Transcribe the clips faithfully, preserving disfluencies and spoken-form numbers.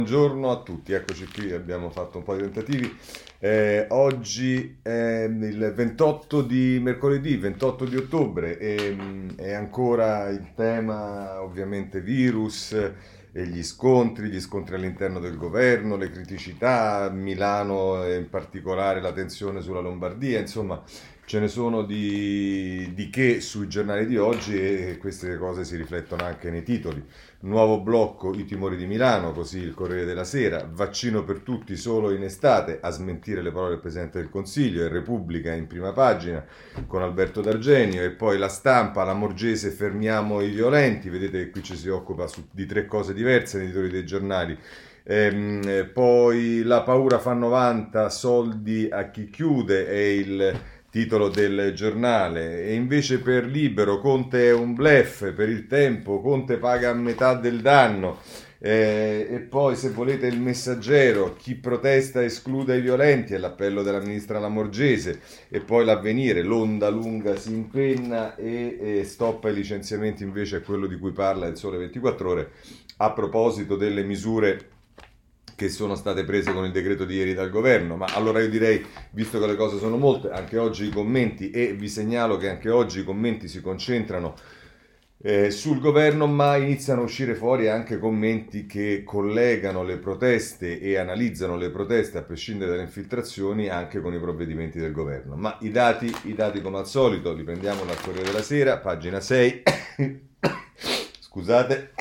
Buongiorno a tutti, eccoci qui, abbiamo fatto un po' di tentativi. Eh, oggi è il ventotto di mercoledì, ventotto di ottobre e mh, è ancora il tema ovviamente virus e gli scontri, gli scontri all'interno del governo, le criticità, Milano e in particolare la tensione sulla Lombardia, insomma ce ne sono di, di che sui giornali di oggi e queste cose si riflettono anche nei titoli. Nuovo blocco, i timori di Milano, così il Corriere della Sera, vaccino per tutti solo in estate, a smentire le parole del Presidente del Consiglio, e Repubblica in prima pagina con Alberto D'Argenio, e poi la Stampa, la Morgese, fermiamo i violenti, vedete che qui ci si occupa su- di tre cose diverse nei titoli dei giornali. Ehm, eh, poi la paura fa novanta, soldi a chi chiude è il titolo del giornale, e invece per Libero Conte è un bluff, per Il Tempo Conte paga a metà del danno. Eh, e poi se volete il Messaggero, chi protesta esclude i violenti, è l'appello della ministra Lamorgese, e poi l'Avvenire, l'onda lunga si impenna e, e stoppa i licenziamenti, invece è quello di cui parla il Sole ventiquattro Ore a proposito delle misure che sono state prese con il decreto di ieri dal governo. Ma allora io direi, visto che le cose sono molte, anche oggi i commenti, e vi segnalo che anche oggi i commenti si concentrano eh, sul governo, ma iniziano a uscire fuori anche commenti che collegano le proteste e analizzano le proteste, a prescindere dalle infiltrazioni, anche con i provvedimenti del governo. Ma i dati, i dati come al solito, li prendiamo dal Corriere della Sera, pagina sei. Scusate.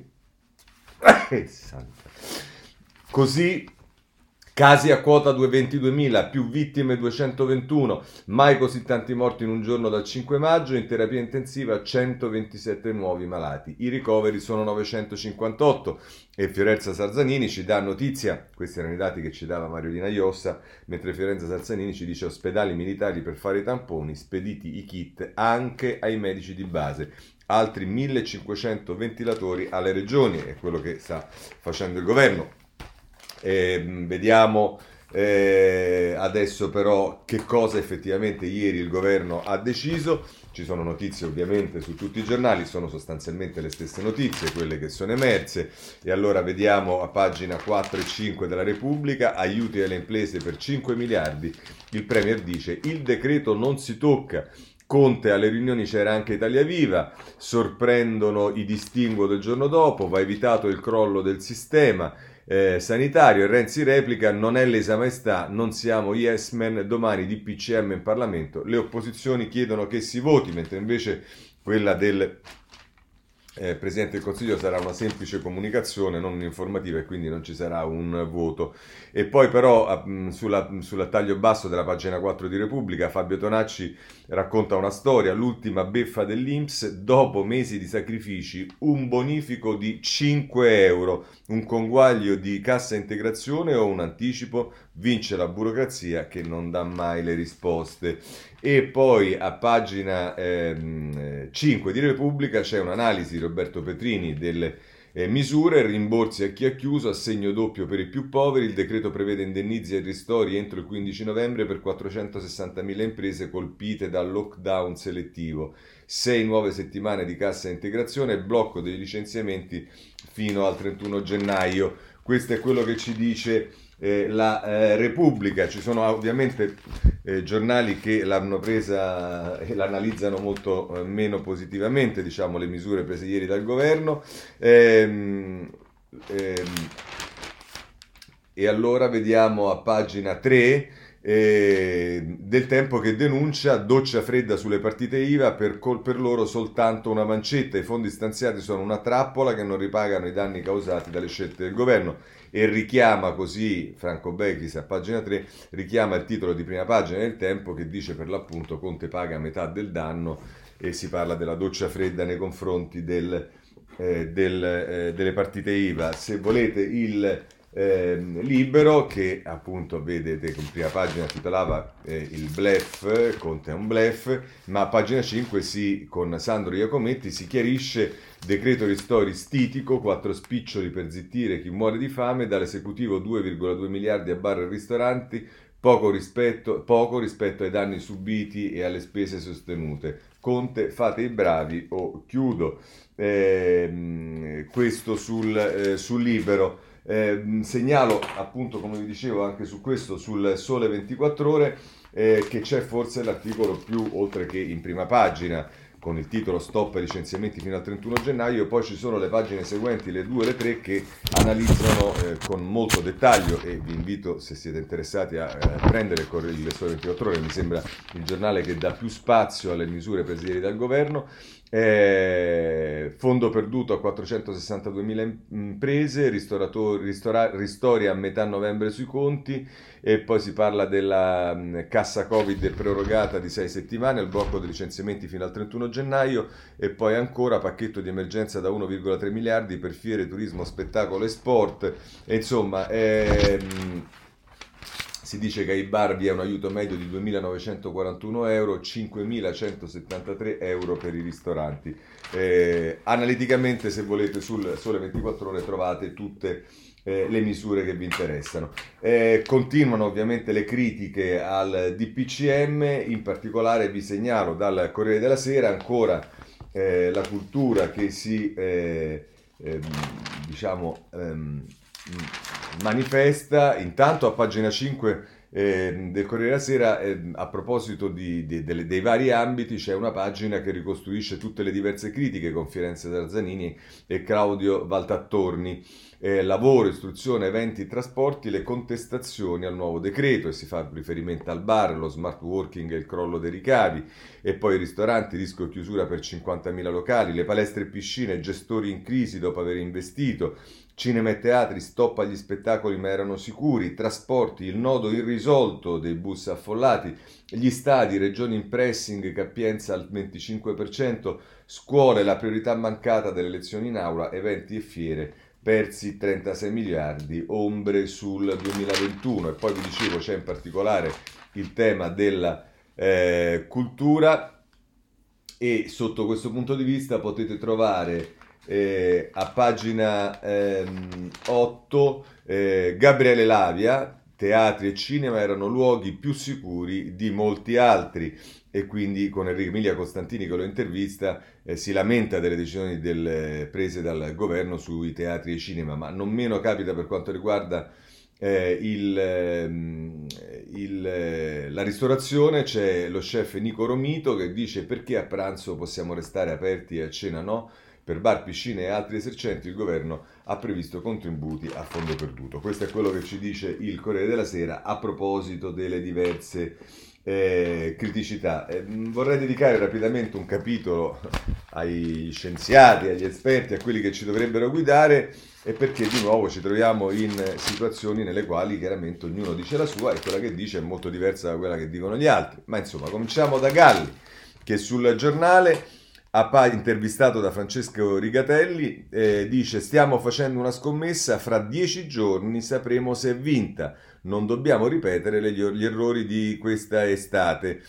Santa. Così, casi a quota duecentoventiduemila, più vittime duecentoventuno, mai così tanti morti in un giorno dal cinque maggio, in terapia intensiva centoventisette nuovi malati, i ricoveri sono novecentocinquantotto, e Fiorenza Sarzanini ci dà notizia, questi erano i dati che ci dava Mariolina Iossa, mentre Fiorenza Sarzanini ci dice: ospedali militari per fare i tamponi, spediti i kit anche ai medici di base. Altri millecinquecento ventilatori alle regioni, è quello che sta facendo il governo. Eh, vediamo eh, adesso però che cosa effettivamente ieri il governo ha deciso. Ci sono notizie ovviamente su tutti i giornali, sono sostanzialmente le stesse notizie, quelle che sono emerse, e allora vediamo a pagina quattro e cinque della Repubblica: aiuti alle imprese per cinque miliardi, il Premier dice il decreto non si tocca. Conte alle riunioni c'era anche Italia Viva, sorprendono i distinguo del giorno dopo, va evitato il crollo del sistema eh, sanitario, e Renzi replica: non è lesa maestà, non siamo yes men, domani D P C M in Parlamento, le opposizioni chiedono che si voti, mentre invece quella del eh, Presidente del Consiglio sarà una semplice comunicazione, non un'informativa, e quindi non ci sarà un voto. E poi però mh, sulla, sulla taglio basso della pagina quattro di Repubblica, Fabio Tonacci racconta una storia, l'ultima beffa dell'I N P S, dopo mesi di sacrifici, un bonifico di cinque euro, un conguaglio di cassa integrazione o un anticipo, vince la burocrazia che non dà mai le risposte. E poi a pagina ehm, cinque di Repubblica c'è un'analisi di Roberto Petrini delle eh, misure, rimborsi a chi ha chiuso, assegno doppio per i più poveri, il decreto prevede indennizi e ristori entro il quindici novembre per quattrocentosessantamila imprese colpite dal lockdown selettivo, sei nuove settimane di cassa integrazione e blocco dei licenziamenti fino al trentuno gennaio. Questo è quello che ci dice eh, la eh, Repubblica. Ci sono ovviamente eh, giornali che l'hanno presa e l'analizzano molto eh, meno positivamente, diciamo, le misure prese ieri dal governo. Ehm, ehm, e allora vediamo a pagina tre eh, del Tempo, che denuncia doccia fredda sulle partite I V A, per, col- per loro soltanto una mancetta, i fondi stanziati sono una trappola che non ripagano i danni causati dalle scelte del governo, e richiama così Franco Bechis a pagina tre, richiama il titolo di prima pagina del Tempo che dice per l'appunto Conte paga metà del danno, e si parla della doccia fredda nei confronti del, eh, del, eh, delle partite I V A. Se volete il eh, Libero, che appunto vedete in prima pagina titolava eh, il bluff, Conte è un bluff, ma a pagina cinque si, con Sandro Iacometti si chiarisce: decreto ristori stitico, quattro spiccioli per zittire chi muore di fame, dall'esecutivo due virgola due miliardi a bar e ristoranti, poco rispetto, poco rispetto ai danni subiti e alle spese sostenute. Conte, fate i bravi o chiudo. Eh, questo sul, eh, sul Libero. Eh, segnalo appunto, come vi dicevo, anche su questo, sul Sole ventiquattro Ore, eh, che c'è forse l'articolo più, oltre che in prima pagina, con il titolo Stop ai licenziamenti fino al trentuno gennaio, poi ci sono le pagine seguenti, le due e le tre, che analizzano eh, con molto dettaglio, e vi invito, se siete interessati, a eh, prendere il Sole ventiquattro Ore, mi sembra il giornale che dà più spazio alle misure prese ieri dal governo. Eh, fondo perduto a quattrocentosessantaduemila imprese, ristoratori, ristora, ristori a metà novembre sui conti, e poi si parla della mh, cassa Covid prorogata di sei settimane, il blocco dei licenziamenti fino al trentuno gennaio, e poi ancora pacchetto di emergenza da uno virgola tre miliardi per fiere, turismo, spettacolo e sport. E insomma, ehm, si dice che ai bar vi è un aiuto medio di duemilanovecentoquarantuno euro, cinquemilacentosettantatré euro per i ristoranti. Eh, analiticamente, se volete, sul Sole ventiquattro Ore trovate tutte eh, le misure che vi interessano. Eh, continuano ovviamente le critiche al D P C M, in particolare vi segnalo dal Corriere della Sera ancora eh, la cultura che si eh, eh, diciamo ehm, manifesta. Intanto a pagina cinque eh, del Corriere della Sera, eh, a proposito di, di, delle, dei vari ambiti, c'è una pagina che ricostruisce tutte le diverse critiche con Firenze Zarzanini e Claudio Valtattorni. Eh, lavoro, istruzione, eventi, trasporti, le contestazioni al nuovo decreto, e si fa riferimento al bar, lo smart working e il crollo dei ricavi, e poi i ristoranti, rischio chiusura per cinquantamila locali, le palestre e piscine, gestori in crisi dopo aver investito, cinema e teatri, stop agli spettacoli ma erano sicuri, trasporti, il nodo irrisolto dei bus affollati, gli stadi, regioni in pressing, capienza al venticinque per cento, scuole, la priorità mancata delle lezioni in aula, eventi e fiere, persi trentasei miliardi, ombre sul duemilaventuno. E poi vi dicevo, c'è in particolare il tema della eh, cultura, e sotto questo punto di vista potete trovare eh, a pagina ehm, otto eh, Gabriele Lavia: teatri e cinema erano luoghi più sicuri di molti altri. E quindi con Enrico Emilia Costantini, che lo intervista, eh, si lamenta delle decisioni del, prese dal governo sui teatri e cinema, ma non meno capita per quanto riguarda eh, il, ehm, il, la ristorazione. C'è lo chef Nico Romito che dice: perché a pranzo possiamo restare aperti e a cena no? Per bar, piscine e altri esercenti il governo ha previsto contributi a fondo perduto. Questo è quello che ci dice il Corriere della Sera a proposito delle diverse eh, criticità. Eh, vorrei dedicare rapidamente un capitolo agli scienziati, agli esperti, a quelli che ci dovrebbero guidare, e perché di nuovo ci troviamo in situazioni nelle quali chiaramente ognuno dice la sua, e quella che dice è molto diversa da quella che dicono gli altri. Ma insomma, cominciamo da Galli, che sul Giornale, intervistato da Francesco Rigatelli, eh, dice: stiamo facendo una scommessa, fra dieci giorni sapremo se è vinta, non dobbiamo ripetere gli, gli errori di questa estate.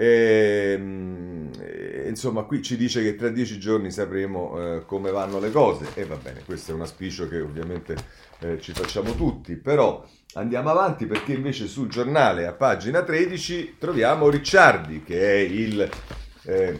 E, insomma, qui ci dice che tra dieci giorni sapremo eh, come vanno le cose, e va bene, questo è un auspicio che ovviamente eh, ci facciamo tutti. Però andiamo avanti, perché invece sul Giornale a pagina tredici troviamo Ricciardi, che è il eh,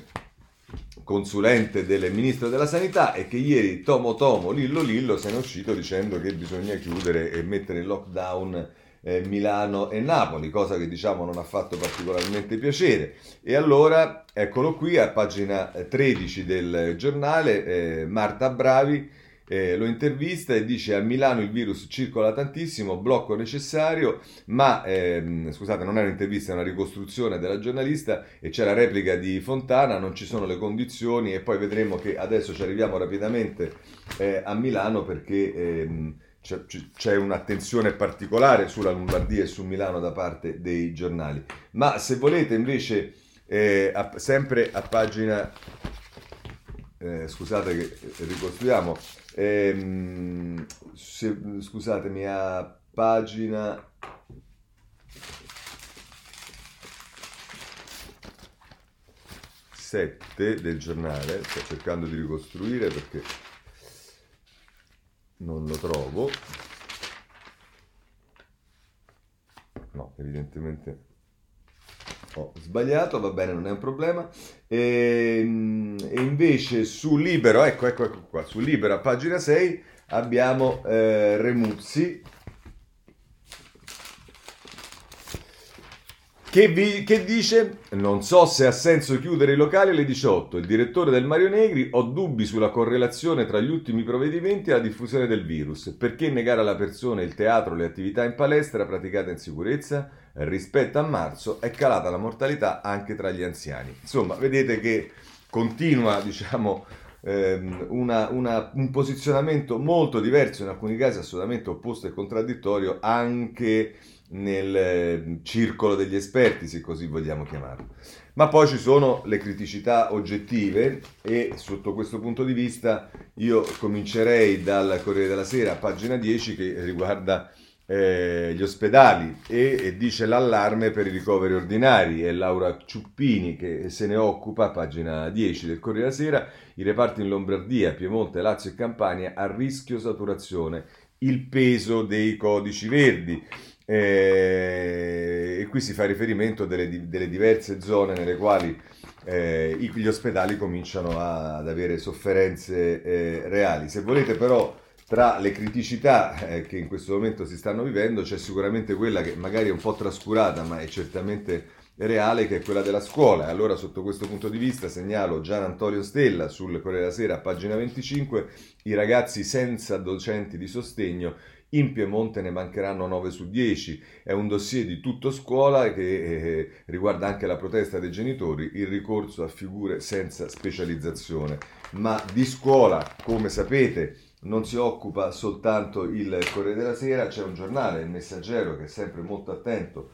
consulente del ministro della sanità, e che ieri Tomo Tomo Lillo Lillo se ne è uscito dicendo che bisogna chiudere e mettere in lockdown eh, Milano e Napoli, cosa che diciamo non ha fatto particolarmente piacere. E allora eccolo qui a pagina tredici del Giornale, eh, Marta Bravi eh, lo intervista e dice: a Milano il virus circola tantissimo, blocco necessario. Ma ehm, scusate, non è un'intervista, è una ricostruzione della giornalista, e c'è la replica di Fontana: non ci sono le condizioni. E poi vedremo che adesso ci arriviamo rapidamente eh, a Milano, perché ehm, c'è, c'è un'attenzione particolare sulla Lombardia e su Milano da parte dei giornali. Ma se volete invece eh, a, sempre a pagina eh, scusate che ricostruiamo ehm, se, scusatemi, a pagina sette del Giornale, sto cercando di ricostruire perché non lo trovo. No, evidentemente ho sbagliato, va bene, non è un problema. E, e invece su Libero, ecco, ecco, ecco qua, su Libero a pagina sei abbiamo eh, Remuzzi che, vi, che dice: non so se ha senso chiudere i locali alle diciotto, il direttore del Mario Negri, ho dubbi sulla correlazione tra gli ultimi provvedimenti e la diffusione del virus, perché negare alla persona il teatro, le attività in palestra praticate in sicurezza? Rispetto a marzo è calata la mortalità anche tra gli anziani. Insomma, vedete che continua, diciamo, ehm, una, una, un posizionamento molto diverso, in alcuni casi assolutamente opposto e contraddittorio, anche nel circolo degli esperti, se così vogliamo chiamarlo. Ma poi ci sono le criticità oggettive e sotto questo punto di vista io comincerei dal Corriere della Sera, pagina dieci, che riguarda eh, gli ospedali e, e dice l'allarme per i ricoveri ordinari. È Laura Ciuppini che se ne occupa, pagina dieci del Corriere della Sera, i reparti in Lombardia, Piemonte, Lazio e Campania a rischio saturazione, il peso dei codici verdi. Eh, e qui si fa riferimento a delle, delle diverse zone nelle quali eh, gli ospedali cominciano a, ad avere sofferenze eh, reali. Se volete però, tra le criticità eh, che in questo momento si stanno vivendo, c'è sicuramente quella che magari è un po' trascurata, ma è certamente reale, che è quella della scuola. Allora, sotto questo punto di vista, segnalo Gian Antonio Stella sul Corriere della Sera, pagina venticinque, i ragazzi senza docenti di sostegno. In Piemonte ne mancheranno nove su dieci, è un dossier di tutto scuola che eh, riguarda anche la protesta dei genitori, il ricorso a figure senza specializzazione. Ma di scuola, come sapete, non si occupa soltanto il Corriere della Sera, c'è un giornale, il Messaggero, che è sempre molto attento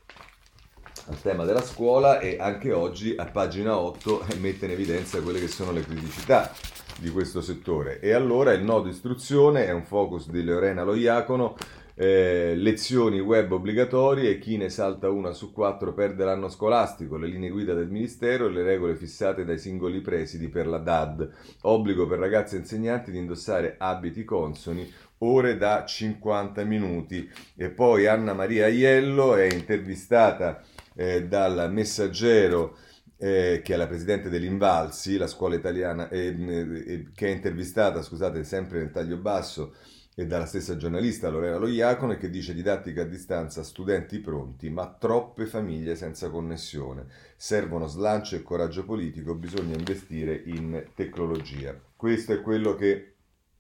al tema della scuola e anche oggi a pagina otto mette in evidenza quelle che sono le criticità di questo settore. E allora il nodo istruzione è un focus di Lorena Loiacono, eh, lezioni web obbligatorie, chi ne salta una su quattro perde l'anno scolastico, le linee guida del Ministero e le regole fissate dai singoli presidi per la D A D, obbligo per ragazzi e insegnanti di indossare abiti consoni, ore da cinquanta minuti. E poi Anna Maria Aiello è intervistata eh, dal Messaggero, eh, che è la presidente dell'Invalsi, la scuola italiana, eh, eh, che è intervistata, scusate, sempre nel taglio basso, e dalla stessa giornalista Lorena Loiacono, che dice: didattica a distanza, studenti pronti, ma troppe famiglie senza connessione. Servono slancio e coraggio politico, bisogna investire in tecnologia. Questo è quello che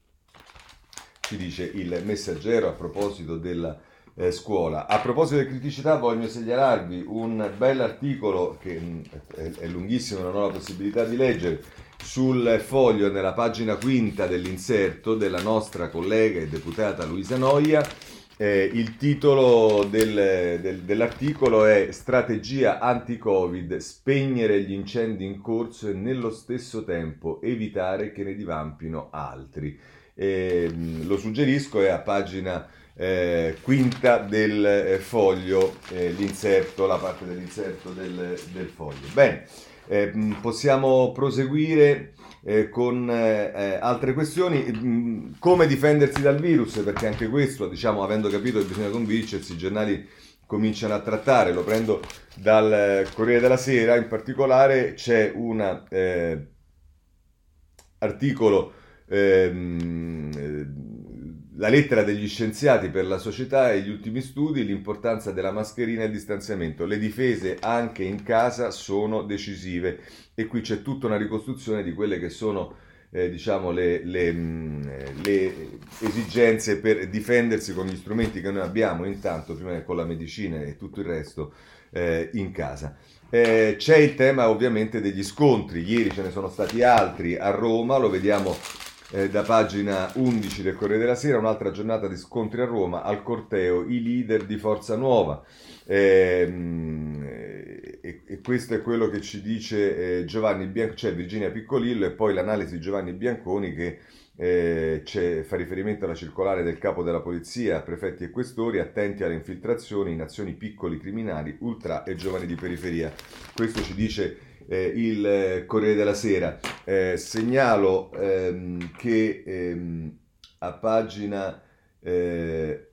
ci dice il Messaggero a proposito della eh, scuola. A proposito delle criticità, voglio segnalarvi un bell'articolo che mh, è, è lunghissimo, non ho la possibilità di leggere, sul Foglio, nella pagina quinta dell'inserto, della nostra collega e deputata Luisa Noia. Eh, il titolo del, del, dell'articolo è Strategia anti-Covid, spegnere gli incendi in corso e nello stesso tempo evitare che ne divampino altri. Eh, lo suggerisco, è a pagina eh, quinta del eh, foglio, eh, l'inserto, la parte dell'inserto del, del foglio. Bene, eh, possiamo proseguire eh, con eh, altre questioni. Come difendersi dal virus, perché anche questo, diciamo, avendo capito che bisogna convincersi, i giornali cominciano a trattare. Lo prendo dal Corriere della Sera, in particolare c'è un eh, articolo, ehm, la lettera degli scienziati per la società e gli ultimi studi, l'importanza della mascherina e il distanziamento. Le difese anche in casa sono decisive, e qui c'è tutta una ricostruzione di quelle che sono eh, diciamo le, le, le esigenze per difendersi con gli strumenti che noi abbiamo, intanto prima che con la medicina e tutto il resto eh, in casa. Eh, c'è il tema ovviamente degli scontri, ieri ce ne sono stati altri a Roma, lo vediamo eh, da pagina undici del Corriere della Sera, un'altra giornata di scontri a Roma, al corteo i leader di Forza Nuova. Eh, e, e questo è quello che ci dice eh, Giovanni Bianconi, cioè Virginia Piccolillo, e poi l'analisi di Giovanni Bianconi che eh, fa riferimento alla circolare del capo della polizia, prefetti e questori, attenti alle infiltrazioni in azioni piccoli criminali, ultra e giovani di periferia. Questo ci dice eh, il eh, Corriere della Sera. Eh, segnalo ehm, che ehm, a pagina eh,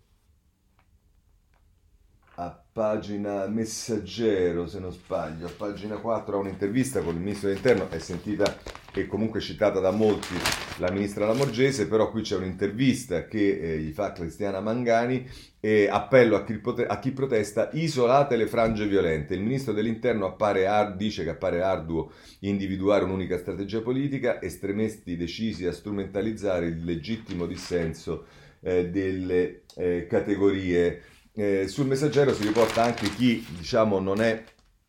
a pagina Messaggero, se non sbaglio, a pagina quattro, ha un'intervista con il ministro dell'Interno, è sentita e comunque citata da molti la ministra Lamorgese, però qui c'è un'intervista che eh, gli fa Cristiana Mangani, e appello a chi, prote- a chi protesta: isolate le frange violente. Il ministro dell'interno appare ar- dice che appare arduo individuare un'unica strategia politica, estremisti decisi a strumentalizzare il legittimo dissenso eh, delle eh, categorie. Eh, sul Messaggero si riporta anche chi, diciamo, non è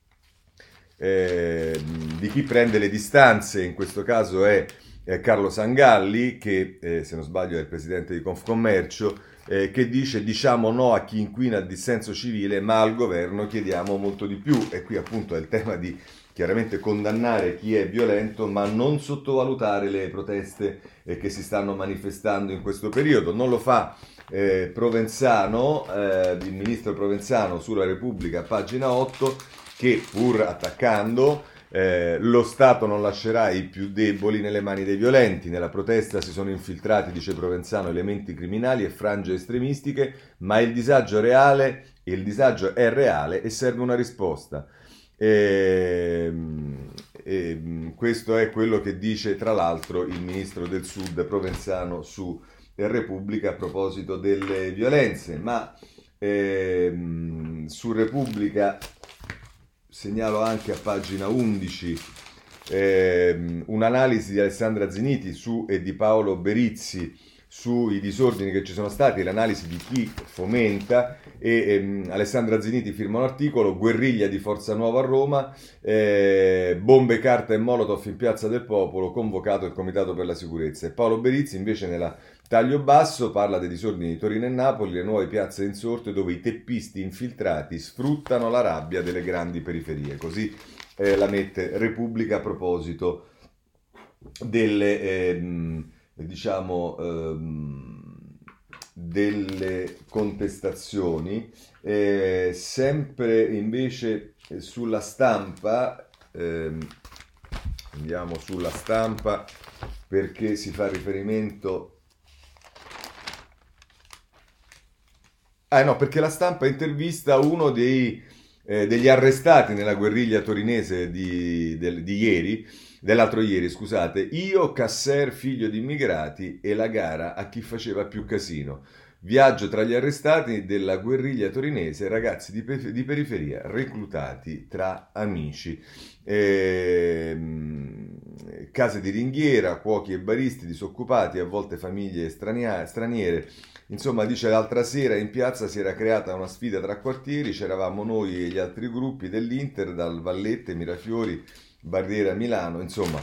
eh, di chi prende le distanze, in questo caso è eh, Carlo Sangalli, che eh, se non sbaglio è il presidente di Confcommercio, eh, che dice: diciamo no a chi inquina il dissenso civile, ma al governo chiediamo molto di più. E qui appunto è il tema di chiaramente condannare chi è violento, ma non sottovalutare le proteste eh, che si stanno manifestando in questo periodo. Non lo fa eh, Provenzano, eh, il ministro Provenzano sulla Repubblica, pagina otto, che pur attaccando eh, lo Stato non lascerà i più deboli nelle mani dei violenti. Nella protesta si sono infiltrati, dice Provenzano, elementi criminali e frange estremistiche, ma il disagio reale, il disagio è reale e serve una risposta. E, e, questo è quello che dice tra l'altro il ministro del Sud Provenzano su Repubblica a proposito delle violenze. Ma eh, su Repubblica segnalo anche a pagina undici eh, un'analisi di Alessandra Ziniti su, e di Paolo Berizzi sui disordini che ci sono stati, l'analisi di chi fomenta, e ehm, Alessandra Ziniti firma un articolo: guerriglia di Forza Nuova a Roma, eh, bombe, carta e molotov in Piazza del Popolo, convocato il Comitato per la Sicurezza. E Paolo Berizzi invece nella taglio basso parla dei disordini di Torino e Napoli, le nuove piazze insorte dove i teppisti infiltrati sfruttano la rabbia delle grandi periferie. Così eh, la mette Repubblica a proposito delle ehm, diciamo ehm, delle contestazioni. Eh, sempre invece eh, sulla Stampa, ehm, andiamo sulla Stampa perché si fa riferimento. Ah no, perché la Stampa intervista uno dei, eh, degli arrestati nella guerriglia torinese di, del, di ieri, dell'altro ieri, scusate. Io, Casser, figlio di immigrati, e la gara a chi faceva più casino. Viaggio tra gli arrestati della guerriglia torinese, ragazzi di, pe- di periferia, reclutati tra amici. Ehm, case di ringhiera, cuochi e baristi disoccupati, a volte famiglie strania- straniere. Insomma, dice, l'altra sera in piazza si era creata una sfida tra quartieri, c'eravamo noi e gli altri gruppi dell'Inter, dal Vallette, Mirafiori, Barriera, Milano. Insomma,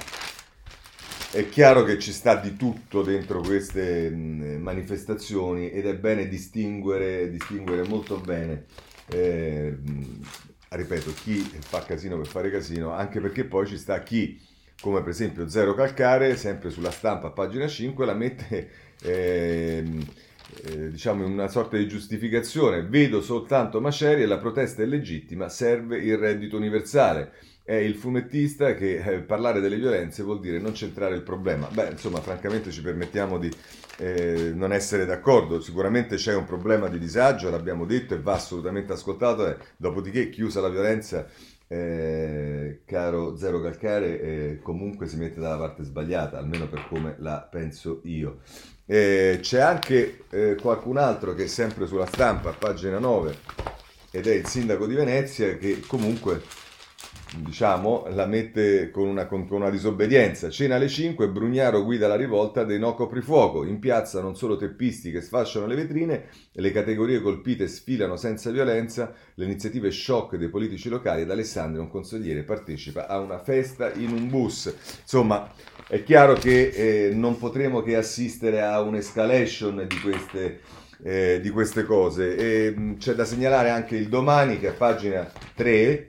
è chiaro che ci sta di tutto dentro queste mh, manifestazioni, ed è bene distinguere, distinguere molto bene, eh, mh, ripeto, chi fa casino per fare casino, anche perché poi ci sta chi, come per esempio Zero Calcare, sempre sulla Stampa, pagina cinque, la mette eh, eh, diciamo in una sorta di giustificazione: vedo soltanto macerie, la protesta è legittima, serve il reddito universale. È il fumettista che eh, parlare delle violenze vuol dire non centrare il problema. Beh, insomma, francamente ci permettiamo di eh, non essere d'accordo. Sicuramente c'è un problema di disagio, l'abbiamo detto, e va assolutamente ascoltato. Eh. Dopodiché, chiusa la violenza, eh, caro Zero Calcare, eh, comunque si mette dalla parte sbagliata, almeno per come la penso io. Eh, c'è anche eh, qualcun altro che è sempre sulla Stampa, pagina nove, ed è il sindaco di Venezia, che comunque, diciamo, la mette con una, con una disobbedienza. Cena alle cinque, Brugnaro guida la rivolta dei no coprifuoco. In piazza non solo teppisti che sfasciano le vetrine, le categorie colpite sfilano senza violenza, le iniziative shock dei politici locali, ed Alessandro, un consigliere, partecipa a una festa in un bus. Insomma, è chiaro che eh, non potremo che assistere a un'escalation di queste, eh, di queste cose. E, mh, c'è da segnalare anche il Domani, che a pagina tre,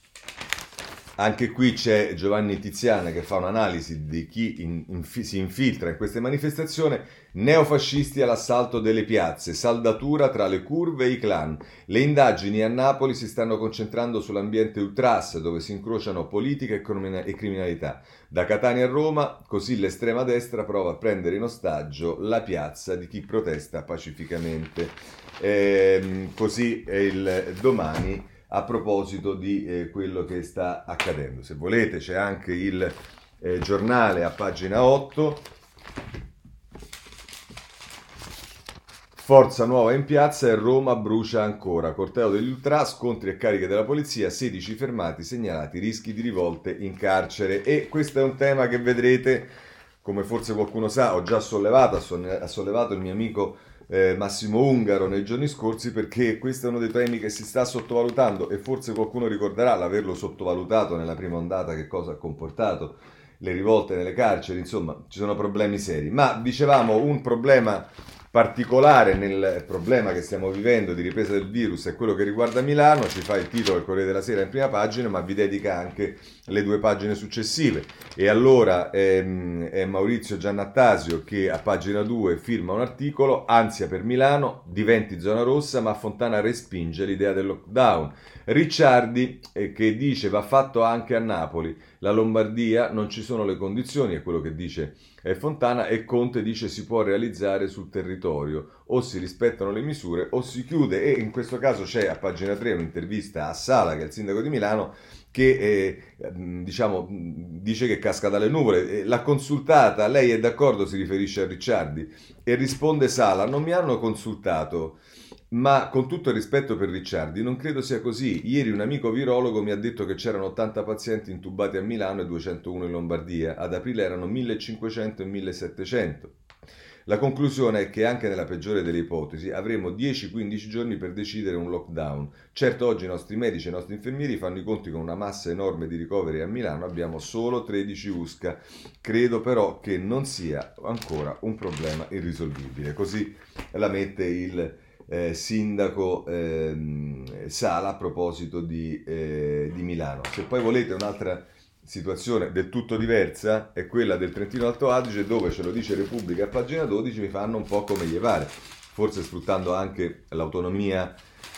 anche qui c'è Giovanni Tiziana che fa un'analisi di chi in, in, si infiltra in queste manifestazioni. Neofascisti all'assalto delle piazze, saldatura tra le curve e i clan. Le indagini a Napoli si stanno concentrando sull'ambiente ultras, dove si incrociano politica e criminalità. Da Catania a Roma, così l'estrema destra prova a prendere in ostaggio la piazza di chi protesta pacificamente. Ehm, così è il Domani a proposito di eh, quello che sta accadendo. Se volete c'è anche il eh, giornale a pagina otto. Forza Nuova in piazza e Roma brucia ancora. Corteo degli ultra, scontri e cariche della polizia, sedici fermati, segnalati rischi di rivolte in carcere. E questo è un tema che vedrete, come forse qualcuno sa, ho già sollevato, ha sollevato il mio amico eh, Massimo Ungaro nei giorni scorsi, perché questo è uno dei temi che si sta sottovalutando e forse qualcuno ricorderà l'averlo sottovalutato nella prima ondata, che cosa ha comportato le rivolte nelle carceri. Insomma, ci sono problemi seri. Ma dicevamo, un problema particolare nel problema che stiamo vivendo di ripresa del virus è quello che riguarda Milano. Ci fa il titolo del Corriere della Sera in prima pagina, ma vi dedica anche le due pagine successive. E allora ehm, è Maurizio Giannattasio che a pagina due firma un articolo: ansia per Milano, diventi zona rossa, ma Fontana respinge l'idea del lockdown. Ricciardi eh, che dice va fatto anche a Napoli, la Lombardia non ci sono le condizioni, è quello che dice eh, Fontana, e Conte dice si può realizzare sul territorio, o si rispettano le misure o si chiude. E in questo caso c'è a pagina tre un'intervista a Sala, che è il sindaco di Milano, che eh, diciamo dice che casca dalle nuvole. L'ha consultata, lei è d'accordo, si riferisce a Ricciardi, e risponde Sala: non mi hanno consultato, ma con tutto il rispetto per Ricciardi, non credo sia così. Ieri un amico virologo mi ha detto che c'erano ottanta pazienti intubati a Milano e duecentouno in Lombardia. Ad aprile erano millecinquecento e millesettecento. La conclusione è che anche nella peggiore delle ipotesi avremo dieci quindici giorni per decidere un lockdown. Certo, oggi i nostri medici e i nostri infermieri fanno i conti con una massa enorme di ricoveri a Milano, abbiamo solo tredici U S C A. Credo però che non sia ancora un problema irrisolvibile. Così la mette il Eh, sindaco ehm, Sala a proposito di, eh, di Milano. Se poi volete un'altra situazione del tutto diversa è quella del Trentino Alto Adige, dove, ce lo dice Repubblica a pagina dodici, mi fanno un po' come gli pare, forse sfruttando anche l'autonomia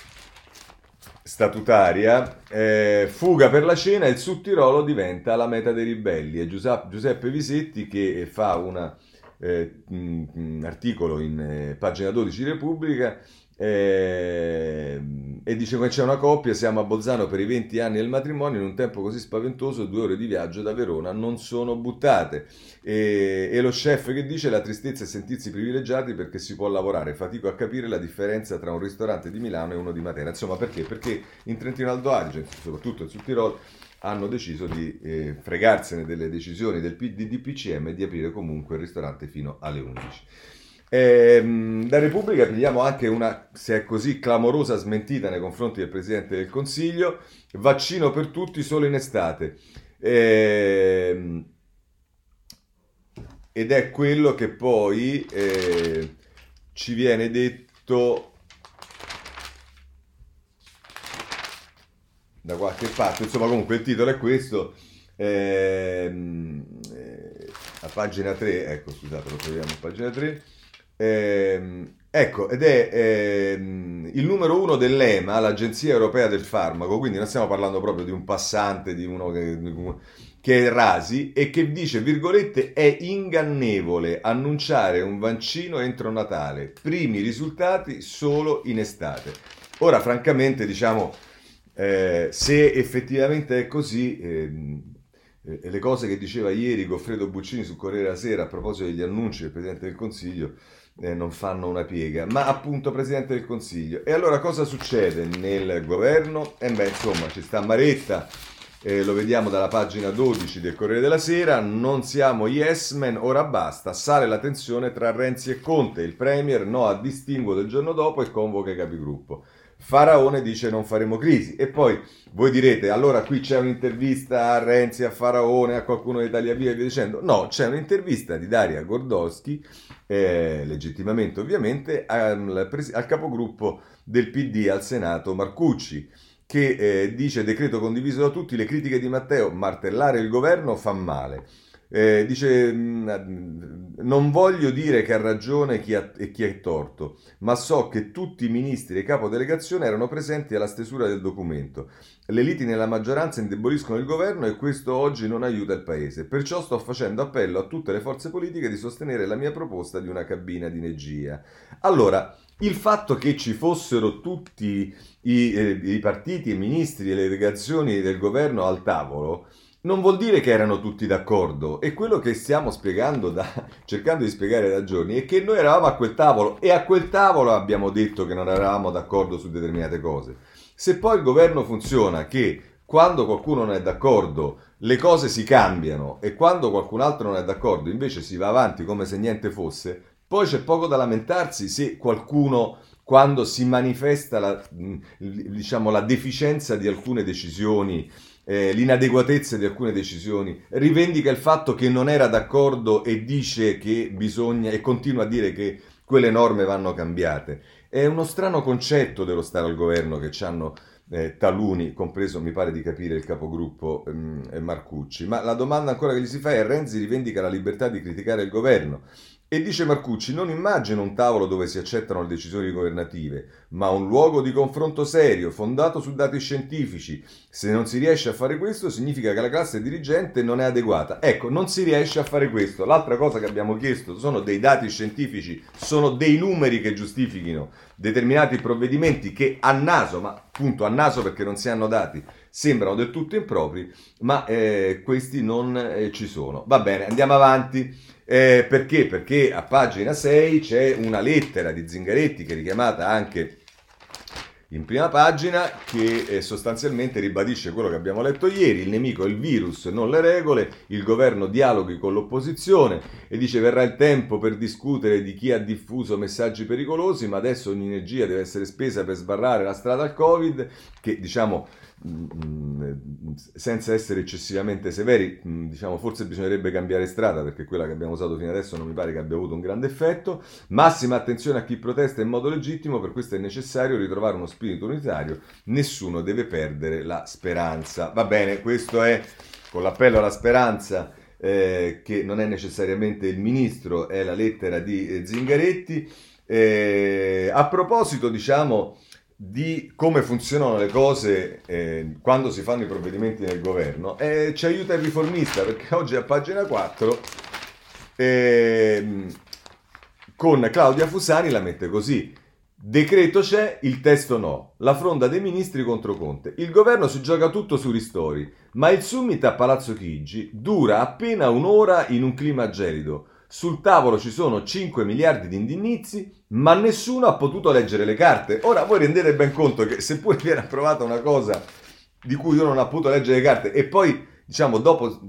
statutaria. Eh, fuga per la cena, il Sud Tirolo diventa la meta dei ribelli. È Giuseppe Visetti che fa una Eh, un articolo in eh, pagina dodici di Repubblica eh, e dice che c'è una coppia, siamo a Bolzano per i venti anni del matrimonio, in un tempo così spaventoso due ore di viaggio da Verona non sono buttate. E, e lo chef che dice: la tristezza è sentirsi privilegiati perché si può lavorare, fatico a capire la differenza tra un ristorante di Milano e uno di Matera. Insomma, perché? Perché in Trentino Alto Adige, soprattutto sul Tirolo, hanno deciso di eh, fregarsene delle decisioni del P D D P C M e di aprire comunque il ristorante fino alle undici. Ehm, da Repubblica prendiamo anche una, se è così, clamorosa smentita nei confronti del Presidente del Consiglio: vaccino per tutti solo in estate. Ehm, ed è quello che poi eh, ci viene detto da qualche parte. Insomma, comunque il titolo è questo, ehm, eh, a pagina tre, ecco, scusate, lo troviamo a pagina tre. Ehm, ecco, ed è ehm, il numero uno dell'E M A, l'Agenzia Europea del Farmaco, quindi non stiamo parlando proprio di un passante, di uno che, che è Rasi, e che dice, virgolette, è ingannevole annunciare un vaccino entro Natale, primi risultati solo in estate. Ora, francamente, diciamo, Eh, se effettivamente è così, ehm, eh, le cose che diceva ieri Goffredo Buccini sul Corriere della Sera a proposito degli annunci del Presidente del Consiglio eh, non fanno una piega. Ma appunto, Presidente del Consiglio. E allora cosa succede nel governo? E beh, insomma, ci sta Maretta, eh, lo vediamo dalla pagina dodici del Corriere della Sera: non siamo yes men, ora basta, sale la tensione tra Renzi e Conte, il Premier no a distinguo del giorno dopo e convoca i capigruppo. Faraone dice non faremo crisi. E poi voi direte, allora qui c'è un'intervista a Renzi, a Faraone, a qualcuno di Italia Viva e via dicendo. No, c'è un'intervista di Daria Gordowski, eh, legittimamente ovviamente, al, al capogruppo del P D al Senato Marcucci, che eh, dice: decreto condiviso da tutti, le critiche di Matteo, martellare il governo fa male. Eh, dice: non voglio dire che ha ragione chi ha, e chi è torto, ma so che tutti i ministri e capodelegazione erano presenti alla stesura del documento. Le liti nella maggioranza indeboliscono il governo e questo oggi non aiuta il paese. Perciò sto facendo appello a tutte le forze politiche di sostenere la mia proposta di una cabina di regia. Allora, il fatto che ci fossero tutti i, eh, i partiti, i ministri e le delegazioni del governo al tavolo non vuol dire che erano tutti d'accordo, e quello che stiamo spiegando da, cercando di spiegare da giorni è che noi eravamo a quel tavolo e a quel tavolo abbiamo detto che non eravamo d'accordo su determinate cose. Se poi il governo funziona che quando qualcuno non è d'accordo le cose si cambiano e quando qualcun altro non è d'accordo invece si va avanti come se niente fosse, poi c'è poco da lamentarsi se qualcuno, quando si manifesta la, diciamo, la deficienza di alcune decisioni, eh, l'inadeguatezza di alcune decisioni, rivendica il fatto che non era d'accordo e dice che bisogna, e continua a dire che quelle norme vanno cambiate. È uno strano concetto dello stare al governo che ci hanno eh, taluni, compreso mi pare di capire il capogruppo ehm, Marcucci. Ma la domanda ancora che gli si fa è: Renzi rivendica la libertà di criticare il governo. E dice Marcucci: non immagino un tavolo dove si accettano le decisioni governative, ma un luogo di confronto serio, fondato su dati scientifici. Se non si riesce a fare questo, significa che la classe dirigente non è adeguata. Ecco, non si riesce a fare questo. L'altra cosa che abbiamo chiesto sono dei dati scientifici, sono dei numeri che giustifichino determinati provvedimenti che a naso, ma appunto a naso perché non si hanno dati, sembrano del tutto impropri, ma eh, questi non eh, ci sono. Va bene, andiamo avanti. Eh, perché? Perché a pagina sei c'è una lettera di Zingaretti che è richiamata anche in prima pagina, che eh, sostanzialmente ribadisce quello che abbiamo letto ieri: il nemico è il virus, non le regole, il governo dialoghi con l'opposizione, e dice: verrà il tempo per discutere di chi ha diffuso messaggi pericolosi, ma adesso ogni energia deve essere spesa per sbarrare la strada al Covid, che diciamo, senza essere eccessivamente severi, diciamo, forse bisognerebbe cambiare strada, perché quella che abbiamo usato fino adesso non mi pare che abbia avuto un grande effetto. Massima attenzione a chi protesta in modo legittimo, per questo è necessario ritrovare uno spirito unitario, nessuno deve perdere la speranza. Va bene, questo è con l'appello alla speranza, eh, che non è necessariamente il ministro, è la lettera di eh, Zingaretti. Eh, a proposito, diciamo, di come funzionano le cose eh, quando si fanno i provvedimenti nel governo, eh, ci aiuta il riformista, perché oggi a pagina quattro eh, con Claudia Fusani la mette così: decreto c'è, il testo no, la fronda dei ministri contro Conte, il governo si gioca tutto sui ristori, ma il summit a Palazzo Chigi dura appena un'ora in un clima gelido. Sul tavolo ci sono cinque miliardi di indennizzi, ma nessuno ha potuto leggere le carte. Ora voi rendete ben conto che seppure viene approvata una cosa di cui uno non ha potuto leggere le carte e poi, diciamo, dopo,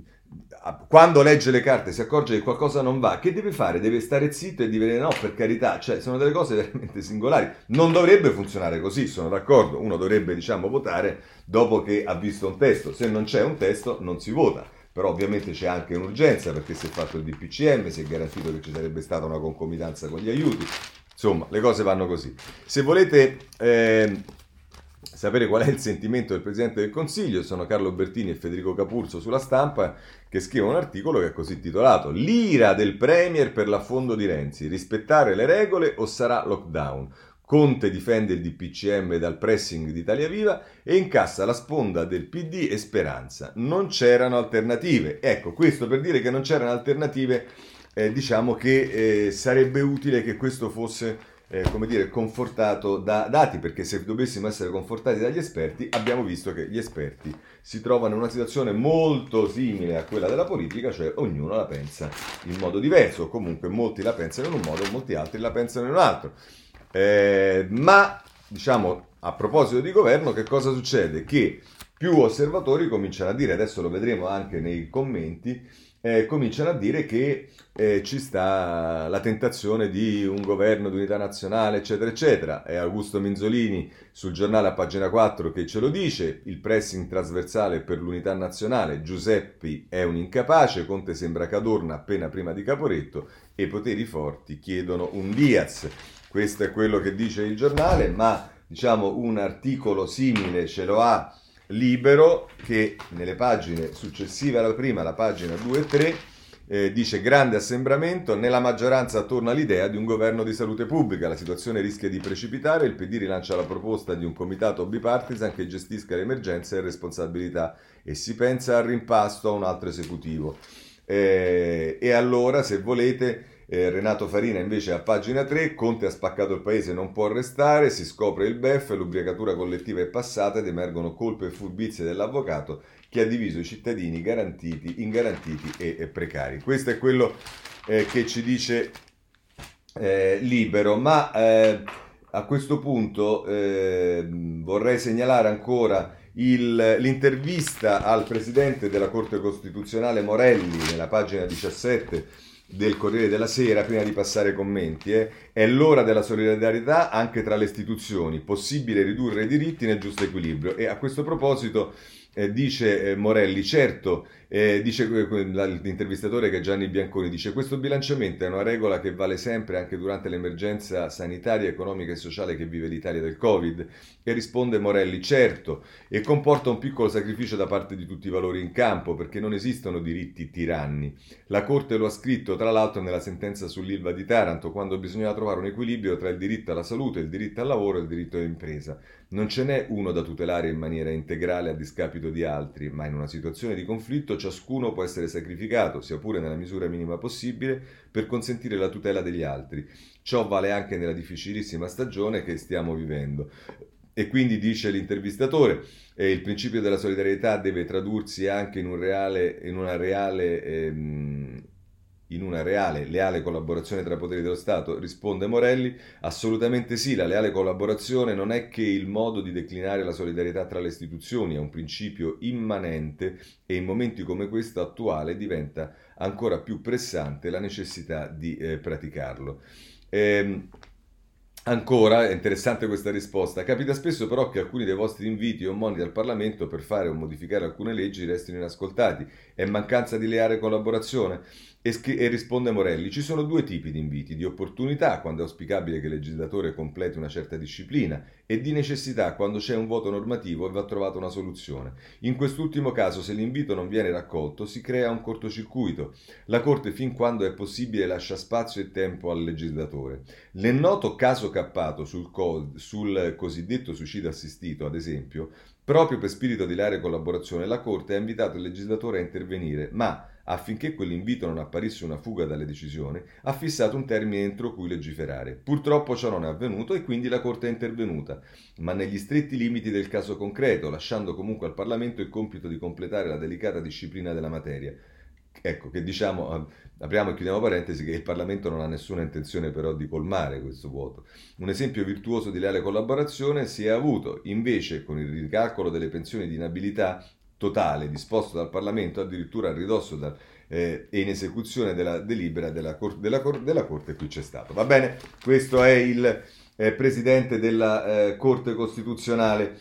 quando legge le carte si accorge che qualcosa non va, che deve fare? Deve stare zitto e dire no, per carità. Cioè, sono delle cose veramente singolari. Non dovrebbe funzionare così, sono d'accordo. Uno dovrebbe, diciamo, votare dopo che ha visto un testo. Se non c'è un testo non si vota. Però ovviamente c'è anche un'urgenza, perché si è fatto il D P C M, si è garantito che ci sarebbe stata una concomitanza con gli aiuti. Insomma, le cose vanno così. Se volete eh, sapere qual è il sentimento del Presidente del Consiglio, sono Carlo Bertini e Federico Capurso sulla Stampa, che scrivono un articolo che è così titolato: l'ira del Premier per l'affondo di Renzi, rispettare le regole o sarà lockdown? Conte difende il D P C M dal pressing di Italia Viva e incassa la sponda del P D e Speranza. Non c'erano alternative. Ecco, questo per dire che non c'erano alternative, eh, diciamo che eh, sarebbe utile che questo fosse, eh, come dire, confortato da dati, perché se dovessimo essere confortati dagli esperti, abbiamo visto che gli esperti si trovano in una situazione molto simile a quella della politica, cioè ognuno la pensa in modo diverso, o comunque molti la pensano in un modo, molti altri la pensano in un altro. Eh, ma, diciamo, a proposito di governo, che cosa succede? Che più osservatori cominciano a dire, adesso lo vedremo anche nei commenti, eh, cominciano a dire che eh, ci sta la tentazione di un governo di unità nazionale, eccetera, eccetera. È Augusto Minzolini sul giornale a pagina quattro che ce lo dice: il pressing trasversale per l'unità nazionale, Giuseppi è un incapace, Conte sembra Cadorna appena prima di Caporetto e i poteri forti chiedono un Diaz. Questo è quello che dice il giornale, ma diciamo un articolo simile ce lo ha Libero, che nelle pagine successive alla prima, la pagina due e tre, eh, dice: grande assembramento, nella maggioranza attorno all'idea di un governo di salute pubblica, la situazione rischia di precipitare, il P D rilancia la proposta di un comitato bipartisan che gestisca l'emergenza e responsabilità e si pensa al rimpasto a un altro esecutivo. Eh, e allora, se volete, Eh, Renato Farina invece a pagina tre, Conte ha spaccato il paese, non può restare, si scopre il bef, l'ubriacatura collettiva è passata ed emergono colpe e furbizie dell'avvocato che ha diviso i cittadini garantiti, ingarantiti e, e precari. Questo è quello eh, che ci dice eh, Libero, ma eh, a questo punto eh, vorrei segnalare ancora il, l'intervista al presidente della Corte Costituzionale Morelli nella pagina diciassette del Corriere della Sera, prima di passare ai commenti. Eh. È l'ora della solidarietà anche tra le istituzioni, possibile ridurre i diritti nel giusto equilibrio. E a questo proposito eh, dice eh, Morelli, certo, eh, dice eh, l'intervistatore che è Gianni Bianconi, dice questo bilanciamento è una regola che vale sempre anche durante l'emergenza sanitaria, economica e sociale che vive l'Italia del Covid. E risponde Morelli, certo, e comporta un piccolo sacrificio da parte di tutti i valori in campo, perché non esistono diritti tiranni. La Corte lo ha scritto tra l'altro nella sentenza sull'Ilva di Taranto, quando bisognava trovare un equilibrio tra il diritto alla salute, il diritto al lavoro e il diritto all'impresa. Non ce n'è uno da tutelare in maniera integrale a discapito di altri, ma in una situazione di conflitto ciascuno può essere sacrificato, sia pure nella misura minima possibile, per consentire la tutela degli altri. Ciò vale anche nella difficilissima stagione che stiamo vivendo. E quindi dice l'intervistatore, eh, il principio della solidarietà deve tradursi anche in, un reale, in una reale... Ehm, in una reale, leale collaborazione tra poteri dello Stato? Risponde Morelli, assolutamente sì, la leale collaborazione non è che il modo di declinare la solidarietà tra le istituzioni, è un principio immanente e in momenti come questo attuale diventa ancora più pressante la necessità di eh, praticarlo. Ehm, Ancora, è interessante questa risposta, capita spesso però che alcuni dei vostri inviti o moniti al Parlamento per fare o modificare alcune leggi restino inascoltati. È mancanza di leale collaborazione? E, scri- e risponde Morelli, ci sono due tipi di inviti, di opportunità, quando è auspicabile che il legislatore completi una certa disciplina, e di necessità, quando c'è un vuoto normativo e va trovata una soluzione. In quest'ultimo caso, se l'invito non viene raccolto, si crea un cortocircuito. La Corte, fin quando è possibile, lascia spazio e tempo al legislatore. Nel noto caso Cappato sul, co- sul cosiddetto suicidio assistito, ad esempio, proprio per spirito di leale collaborazione, la Corte ha invitato il legislatore a intervenire, ma affinché quell'invito non apparisse una fuga dalle decisioni, ha fissato un termine entro cui legiferare. Purtroppo ciò non è avvenuto e quindi la Corte è intervenuta, ma negli stretti limiti del caso concreto, lasciando comunque al Parlamento il compito di completare la delicata disciplina della materia. Ecco, che diciamo, apriamo e chiudiamo parentesi, che il Parlamento non ha nessuna intenzione però di colmare questo vuoto. Un esempio virtuoso di leale collaborazione si è avuto invece con il ricalcolo delle pensioni di inabilità totale disposto dal Parlamento, addirittura a ridosso da, eh, e in esecuzione della delibera della, cor- della, cor- della Corte. Qui c'è stato. Va bene, questo è il eh, Presidente della eh, Corte Costituzionale.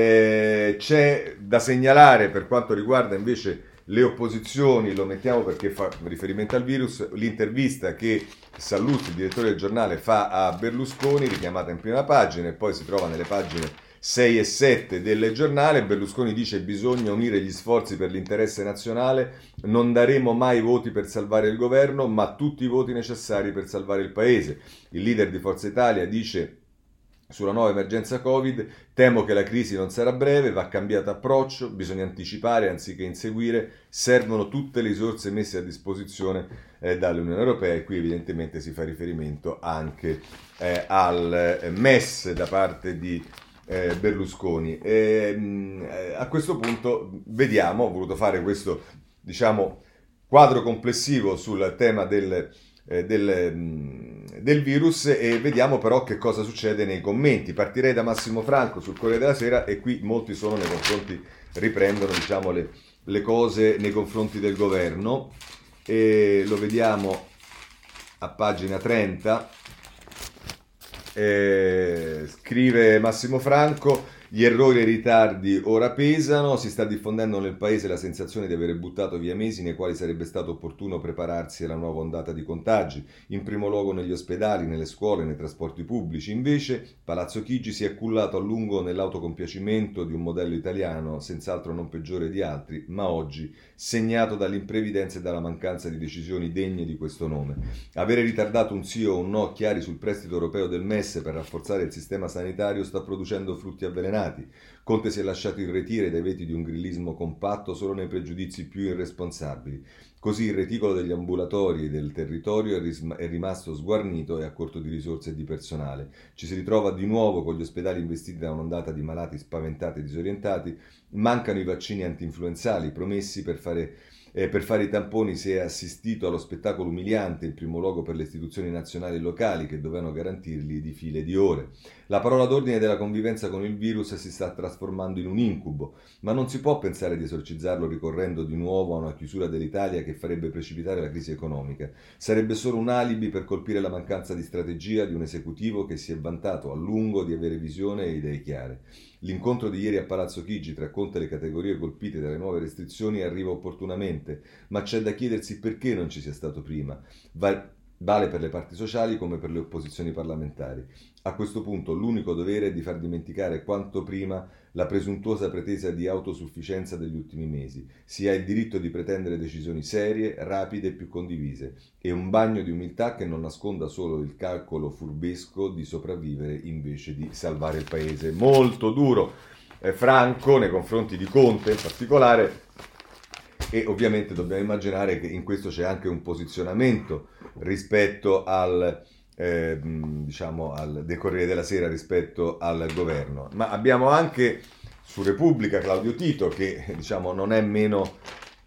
Eh, c'è da segnalare per quanto riguarda invece le opposizioni, lo mettiamo perché fa riferimento al virus, l'intervista che Sallusti, il direttore del giornale, fa a Berlusconi, richiamata in prima pagina e poi si trova nelle pagine sei e sette del giornale. Berlusconi dice bisogna unire gli sforzi per l'interesse nazionale, non daremo mai voti per salvare il governo, ma tutti i voti necessari per salvare il paese. Il leader di Forza Italia dice sulla nuova emergenza Covid, temo che la crisi non sarà breve, va cambiato approccio, bisogna anticipare anziché inseguire, servono tutte le risorse messe a disposizione eh, dall'Unione Europea, e qui evidentemente si fa riferimento anche eh, al eh, M E S da parte di Eh, Berlusconi. E, mh, a questo punto vediamo, ho voluto fare questo, diciamo, quadro complessivo sul tema del, eh, del, mh, del virus, e vediamo però che cosa succede nei commenti. Partirei da Massimo Franco sul Corriere della Sera, e qui molti sono nei confronti, riprendono diciamo le, le cose nei confronti del governo, e lo vediamo a pagina trenta. Eh, scrive Massimo Franco, gli errori e i ritardi ora pesano, si sta diffondendo nel paese la sensazione di aver buttato via mesi nei quali sarebbe stato opportuno prepararsi alla nuova ondata di contagi, in primo luogo negli ospedali, nelle scuole, nei trasporti pubblici. Invece Palazzo Chigi si è cullato a lungo nell'autocompiacimento di un modello italiano, senz'altro non peggiore di altri, ma oggi segnato dall'imprevidenza e dalla mancanza di decisioni degne di questo nome. Avere ritardato un sì o un no chiari sul prestito europeo del M E S per rafforzare il sistema sanitario sta producendo frutti avvelenati. vaccinati. Conte si è lasciato irretire dai veti di un grillismo compatto solo nei pregiudizi più irresponsabili. Così il reticolo degli ambulatori e del territorio è, ris- è rimasto sguarnito e a corto di risorse e di personale. Ci si ritrova di nuovo con gli ospedali investiti da un'ondata di malati spaventati e disorientati. Mancano i vaccini anti-influenzali promessi per fare Eh, per fare i tamponi si è assistito allo spettacolo umiliante, in primo luogo per le istituzioni nazionali e locali che dovevano garantirli di file di ore. La parola d'ordine della convivenza con il virus si sta trasformando in un incubo, ma non si può pensare di esorcizzarlo ricorrendo di nuovo a una chiusura dell'Italia che farebbe precipitare la crisi economica. Sarebbe solo un alibi per colpire la mancanza di strategia di un esecutivo che si è vantato a lungo di avere visione e idee chiare. L'incontro di ieri a Palazzo Chigi tra Conte e le categorie colpite dalle nuove restrizioni arriva opportunamente, ma c'è da chiedersi perché non ci sia stato prima. Va- Vale per le parti sociali come per le opposizioni parlamentari. A questo punto l'unico dovere è di far dimenticare quanto prima la presuntuosa pretesa di autosufficienza degli ultimi mesi. Si ha il diritto di pretendere decisioni serie, rapide e più condivise, e un bagno di umiltà che non nasconda solo il calcolo furbesco di sopravvivere invece di salvare il paese. Molto duro, eh, franco nei confronti di Conte in particolare, e ovviamente dobbiamo immaginare che in questo c'è anche un posizionamento rispetto al, eh, diciamo, al decorrere della sera rispetto al governo. Ma abbiamo anche su Repubblica Claudio Tito che diciamo non è meno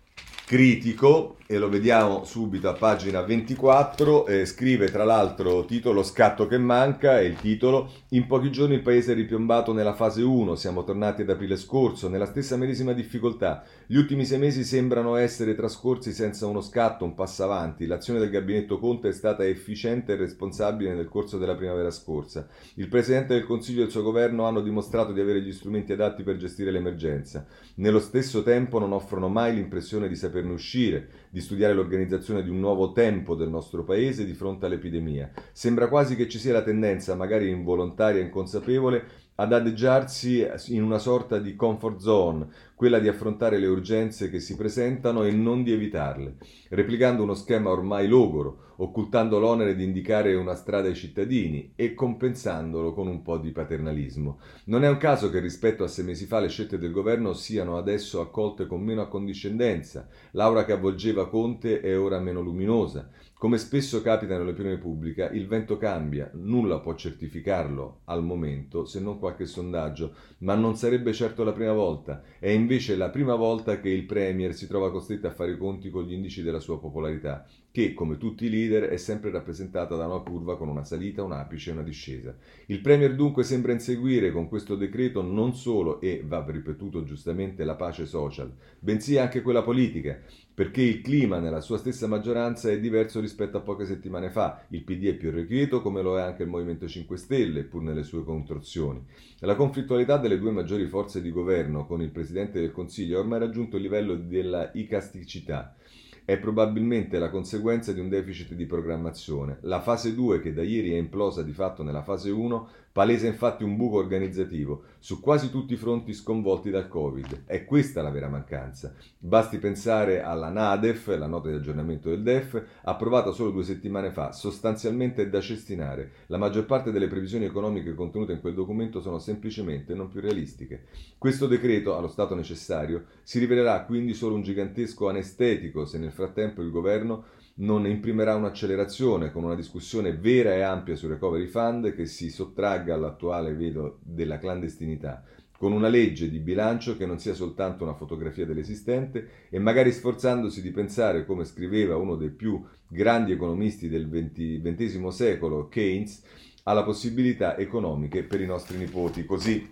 critico, e lo vediamo subito a pagina ventiquattro, eh, scrive tra l'altro Tito: lo scatto che manca, è il titolo. In pochi giorni il paese è ripiombato nella fase uno, siamo tornati ad aprile scorso nella stessa medesima difficoltà. Gli ultimi sei mesi sembrano essere trascorsi senza uno scatto, un passo avanti. L'azione del gabinetto Conte è stata efficiente e responsabile nel corso della primavera scorsa. Il Presidente del Consiglio e il suo governo hanno dimostrato di avere gli strumenti adatti per gestire l'emergenza. Nello stesso tempo non offrono mai l'impressione di saperne uscire, di studiare l'organizzazione di un nuovo tempo del nostro paese di fronte all'epidemia. Sembra quasi che ci sia la tendenza, magari involontaria e inconsapevole, ad adagiarsi in una sorta di comfort zone, quella di affrontare le urgenze che si presentano e non di evitarle, replicando uno schema ormai logoro, occultando l'onere di indicare una strada ai cittadini e compensandolo con un po' di paternalismo. Non è un caso che rispetto a sei mesi fa le scelte del governo siano adesso accolte con meno accondiscendenza. L'aura che avvolgeva Conte è ora meno luminosa. Come spesso capita nell'opinione pubblica, il vento cambia, nulla può certificarlo al momento se non qualche sondaggio, ma non sarebbe certo la prima volta. È invece la prima volta che il Premier si trova costretto a fare i conti con gli indici della sua popolarità, che, come tutti i leader, è sempre rappresentata da una curva con una salita, un apice e una discesa. Il Premier dunque sembra inseguire con questo decreto non solo, e va ripetuto giustamente, la pace social, bensì anche quella politica, perché il clima nella sua stessa maggioranza è diverso rispetto a poche settimane fa. Il P D è più irrequieto, come lo è anche il Movimento cinque Stelle, pur nelle sue contorsioni. La conflittualità delle due maggiori forze di governo con il Presidente del Consiglio ha ormai raggiunto il livello della icasticità. È probabilmente la conseguenza di un deficit di programmazione. La fase due, che da ieri è implosa di fatto nella fase uno, palesa infatti un buco organizzativo su quasi tutti i fronti sconvolti dal Covid. È questa la vera mancanza. Basti pensare alla NADEF, la nota di aggiornamento del D E F, approvata solo due settimane fa, sostanzialmente è da cestinare. La maggior parte delle previsioni economiche contenute in quel documento sono semplicemente non più realistiche. Questo decreto, allo stato necessario, si rivelerà quindi solo un gigantesco anestetico se nel frattempo il governo non imprimerà un'accelerazione con una discussione vera e ampia sul recovery fund che si sottragga all'attuale veto della clandestinità, con una legge di bilancio che non sia soltanto una fotografia dell'esistente e magari sforzandosi di pensare, come scriveva uno dei più grandi economisti del ventesimo secolo, Keynes, alla possibilità economiche per i nostri nipoti. Così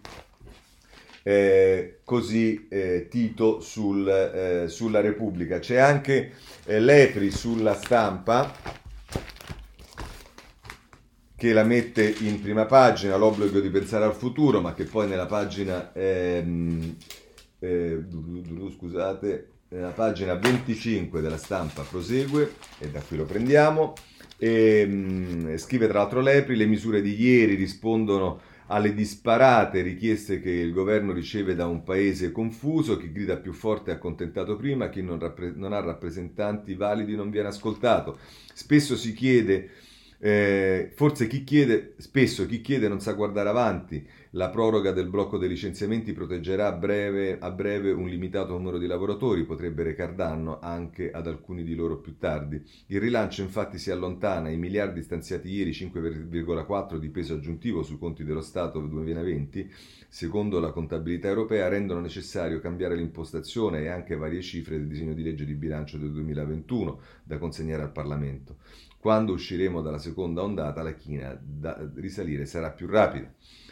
Eh, così eh, Tito sul, eh, sulla Repubblica. C'è anche eh, Lepri sulla Stampa che la mette in prima pagina, l'obbligo di pensare al futuro, ma che poi nella pagina ehm, eh, scusate nella pagina venticinque della Stampa prosegue, e da qui lo prendiamo, e, mh, scrive tra l'altro Lepri: le misure di ieri rispondono alle disparate richieste che il governo riceve da un paese confuso, chi grida più forte è accontentato prima, chi non, rappre- non ha rappresentanti validi non viene ascoltato. Spesso si chiede, eh, forse chi chiede, spesso chi chiede non sa guardare avanti, La proroga del blocco dei licenziamenti proteggerà a breve, a breve un limitato numero di lavoratori, potrebbe recar danno anche ad alcuni di loro più tardi. Il rilancio infatti si allontana, i miliardi stanziati ieri, cinque virgola quattro di peso aggiuntivo sui conti dello Stato del duemilaventi, secondo la contabilità europea, rendono necessario cambiare l'impostazione e anche varie cifre del disegno di legge di bilancio del duemilaventuno da consegnare al Parlamento. Quando usciremo dalla seconda ondata, la china da risalire sarà più rapida.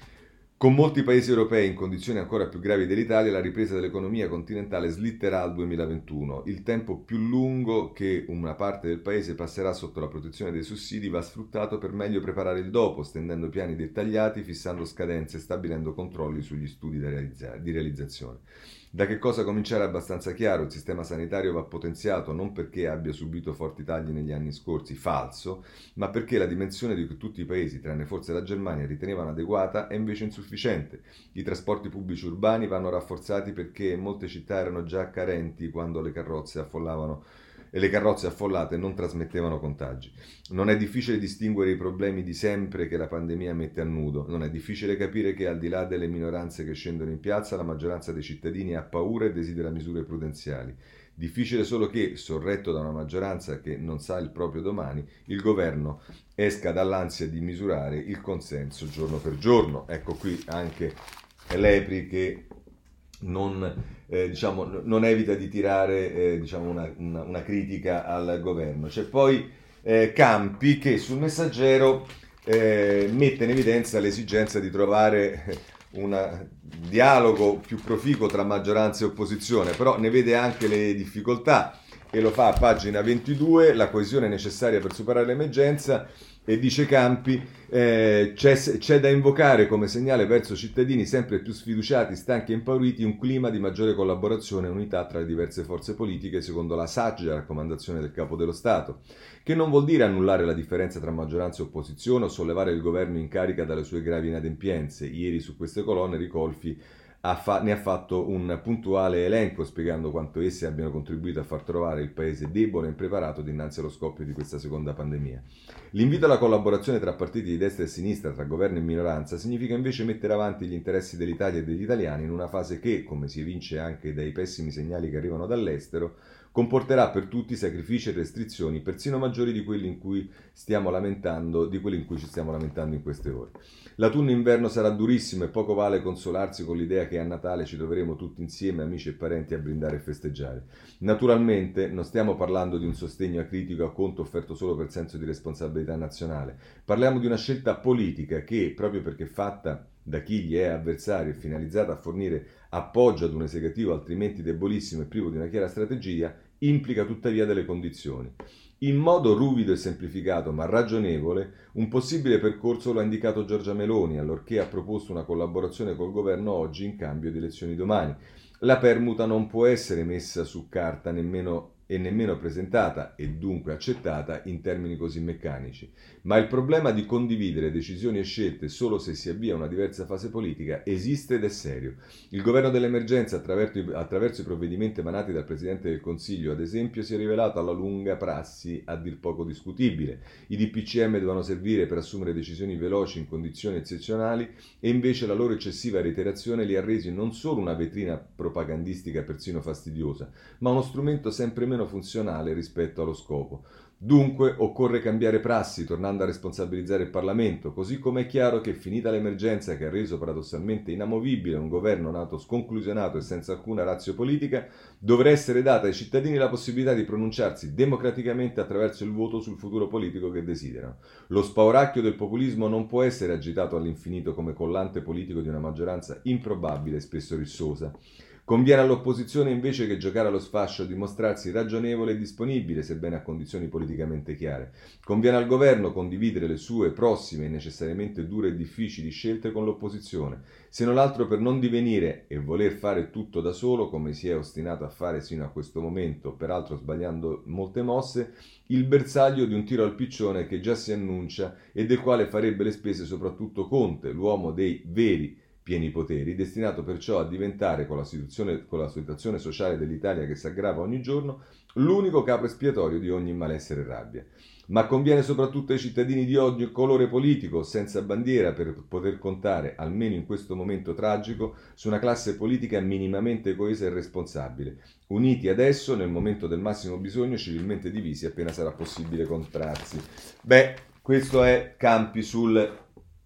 Con molti paesi europei in condizioni ancora più gravi dell'Italia, la ripresa dell'economia continentale slitterà al duemilaventuno. Il tempo più lungo che una parte del paese passerà sotto la protezione dei sussidi va sfruttato per meglio preparare il dopo, stendendo piani dettagliati, fissando scadenze e stabilendo controlli sugli studi da realizza- di realizzazione. Da che cosa cominciare è abbastanza chiaro: il sistema sanitario va potenziato non perché abbia subito forti tagli negli anni scorsi, falso, ma perché la dimensione di cui tutti i paesi, tranne forse la Germania, ritenevano adeguata è invece insufficiente. I trasporti pubblici urbani vanno rafforzati perché molte città erano già carenti quando le carrozze affollavano e le carrozze affollate non trasmettevano contagi. Non è difficile distinguere i problemi di sempre che la pandemia mette a nudo, non è difficile capire che al di là delle minoranze che scendono in piazza, la maggioranza dei cittadini ha paura e desidera misure prudenziali. Difficile solo che, sorretto da una maggioranza che non sa il proprio domani, il governo esca dall'ansia di misurare il consenso giorno per giorno. Ecco qui anche Lepri che non, eh, diciamo, non evita di tirare eh, diciamo una, una, una critica al governo. C'è poi eh, Campi che sul Messaggero eh, mette in evidenza l'esigenza di trovare un dialogo più proficuo tra maggioranza e opposizione, però ne vede anche le difficoltà e lo fa a pagina ventidue, la coesione necessaria per superare l'emergenza. E dice Campi, eh, c'è, c'è da invocare come segnale verso cittadini sempre più sfiduciati, stanchi e impauriti un clima di maggiore collaborazione e unità tra le diverse forze politiche, secondo la saggia raccomandazione del Capo dello Stato, che non vuol dire annullare la differenza tra maggioranza e opposizione o sollevare il governo in carica dalle sue gravi inadempienze. Ieri su queste colonne Ricolfi ha fa- ne ha fatto un puntuale elenco spiegando quanto esse abbiano contribuito a far trovare il paese debole e impreparato dinanzi allo scoppio di questa seconda pandemia. L'invito alla collaborazione tra partiti di destra e sinistra, tra governo e minoranza, significa invece mettere avanti gli interessi dell'Italia e degli italiani in una fase che, come si evince anche dai pessimi segnali che arrivano dall'estero, comporterà per tutti sacrifici e restrizioni persino maggiori di quelli in cui stiamo lamentando, di quelli in cui ci stiamo lamentando in queste ore. L'autunno inverno sarà durissimo e poco vale consolarsi con l'idea che a Natale ci troveremo tutti insieme, amici e parenti, a brindare e festeggiare. Naturalmente non stiamo parlando di un sostegno acritico a conto offerto solo per senso di responsabilità nazionale. Parliamo di una scelta politica che, proprio perché fatta da chi gli è avversario e finalizzata a fornire appoggio ad un esecutivo altrimenti debolissimo e privo di una chiara strategia, implica tuttavia delle condizioni. In modo ruvido e semplificato, ma ragionevole, un possibile percorso lo ha indicato Giorgia Meloni, allorché ha proposto una collaborazione col governo oggi in cambio di elezioni domani. La permuta non può essere messa su carta nemmeno e nemmeno presentata e dunque accettata in termini così meccanici. Ma il problema di condividere decisioni e scelte solo se si avvia una diversa fase politica esiste ed è serio. Il governo dell'emergenza, attraverso i, attraverso i provvedimenti emanati dal Presidente del Consiglio, ad esempio, si è rivelato alla lunga prassi a dir poco discutibile. I D P C M dovevano servire per assumere decisioni veloci in condizioni eccezionali e invece la loro eccessiva reiterazione li ha resi non solo una vetrina propagandistica persino fastidiosa, ma uno strumento sempre meno funzionale rispetto allo scopo. Dunque occorre cambiare prassi, tornando a responsabilizzare il Parlamento, così come è chiaro che, finita l'emergenza che ha reso paradossalmente inamovibile un governo nato sconclusionato e senza alcuna ratio politica, dovrà essere data ai cittadini la possibilità di pronunciarsi democraticamente attraverso il voto sul futuro politico che desiderano. Lo spauracchio del populismo non può essere agitato all'infinito come collante politico di una maggioranza improbabile e spesso rissosa. Conviene all'opposizione invece che giocare allo sfascio dimostrarsi ragionevole e disponibile, sebbene a condizioni politicamente chiare. Conviene al governo condividere le sue prossime e necessariamente dure e difficili scelte con l'opposizione, se non altro per non divenire e voler fare tutto da solo, come si è ostinato a fare sino a questo momento, peraltro sbagliando molte mosse, il bersaglio di un tiro al piccione che già si annuncia e del quale farebbe le spese soprattutto Conte, l'uomo dei veri pieni poteri, destinato perciò a diventare, con la situazione, con la situazione sociale dell'Italia che si aggrava ogni giorno, l'unico capo espiatorio di ogni malessere e rabbia. Ma conviene soprattutto ai cittadini di oggi colore politico, senza bandiera, per poter contare, almeno in questo momento tragico, su una classe politica minimamente coesa e responsabile, uniti adesso nel momento del massimo bisogno, civilmente divisi appena sarà possibile contrarsi. Beh, questo è Campi sul,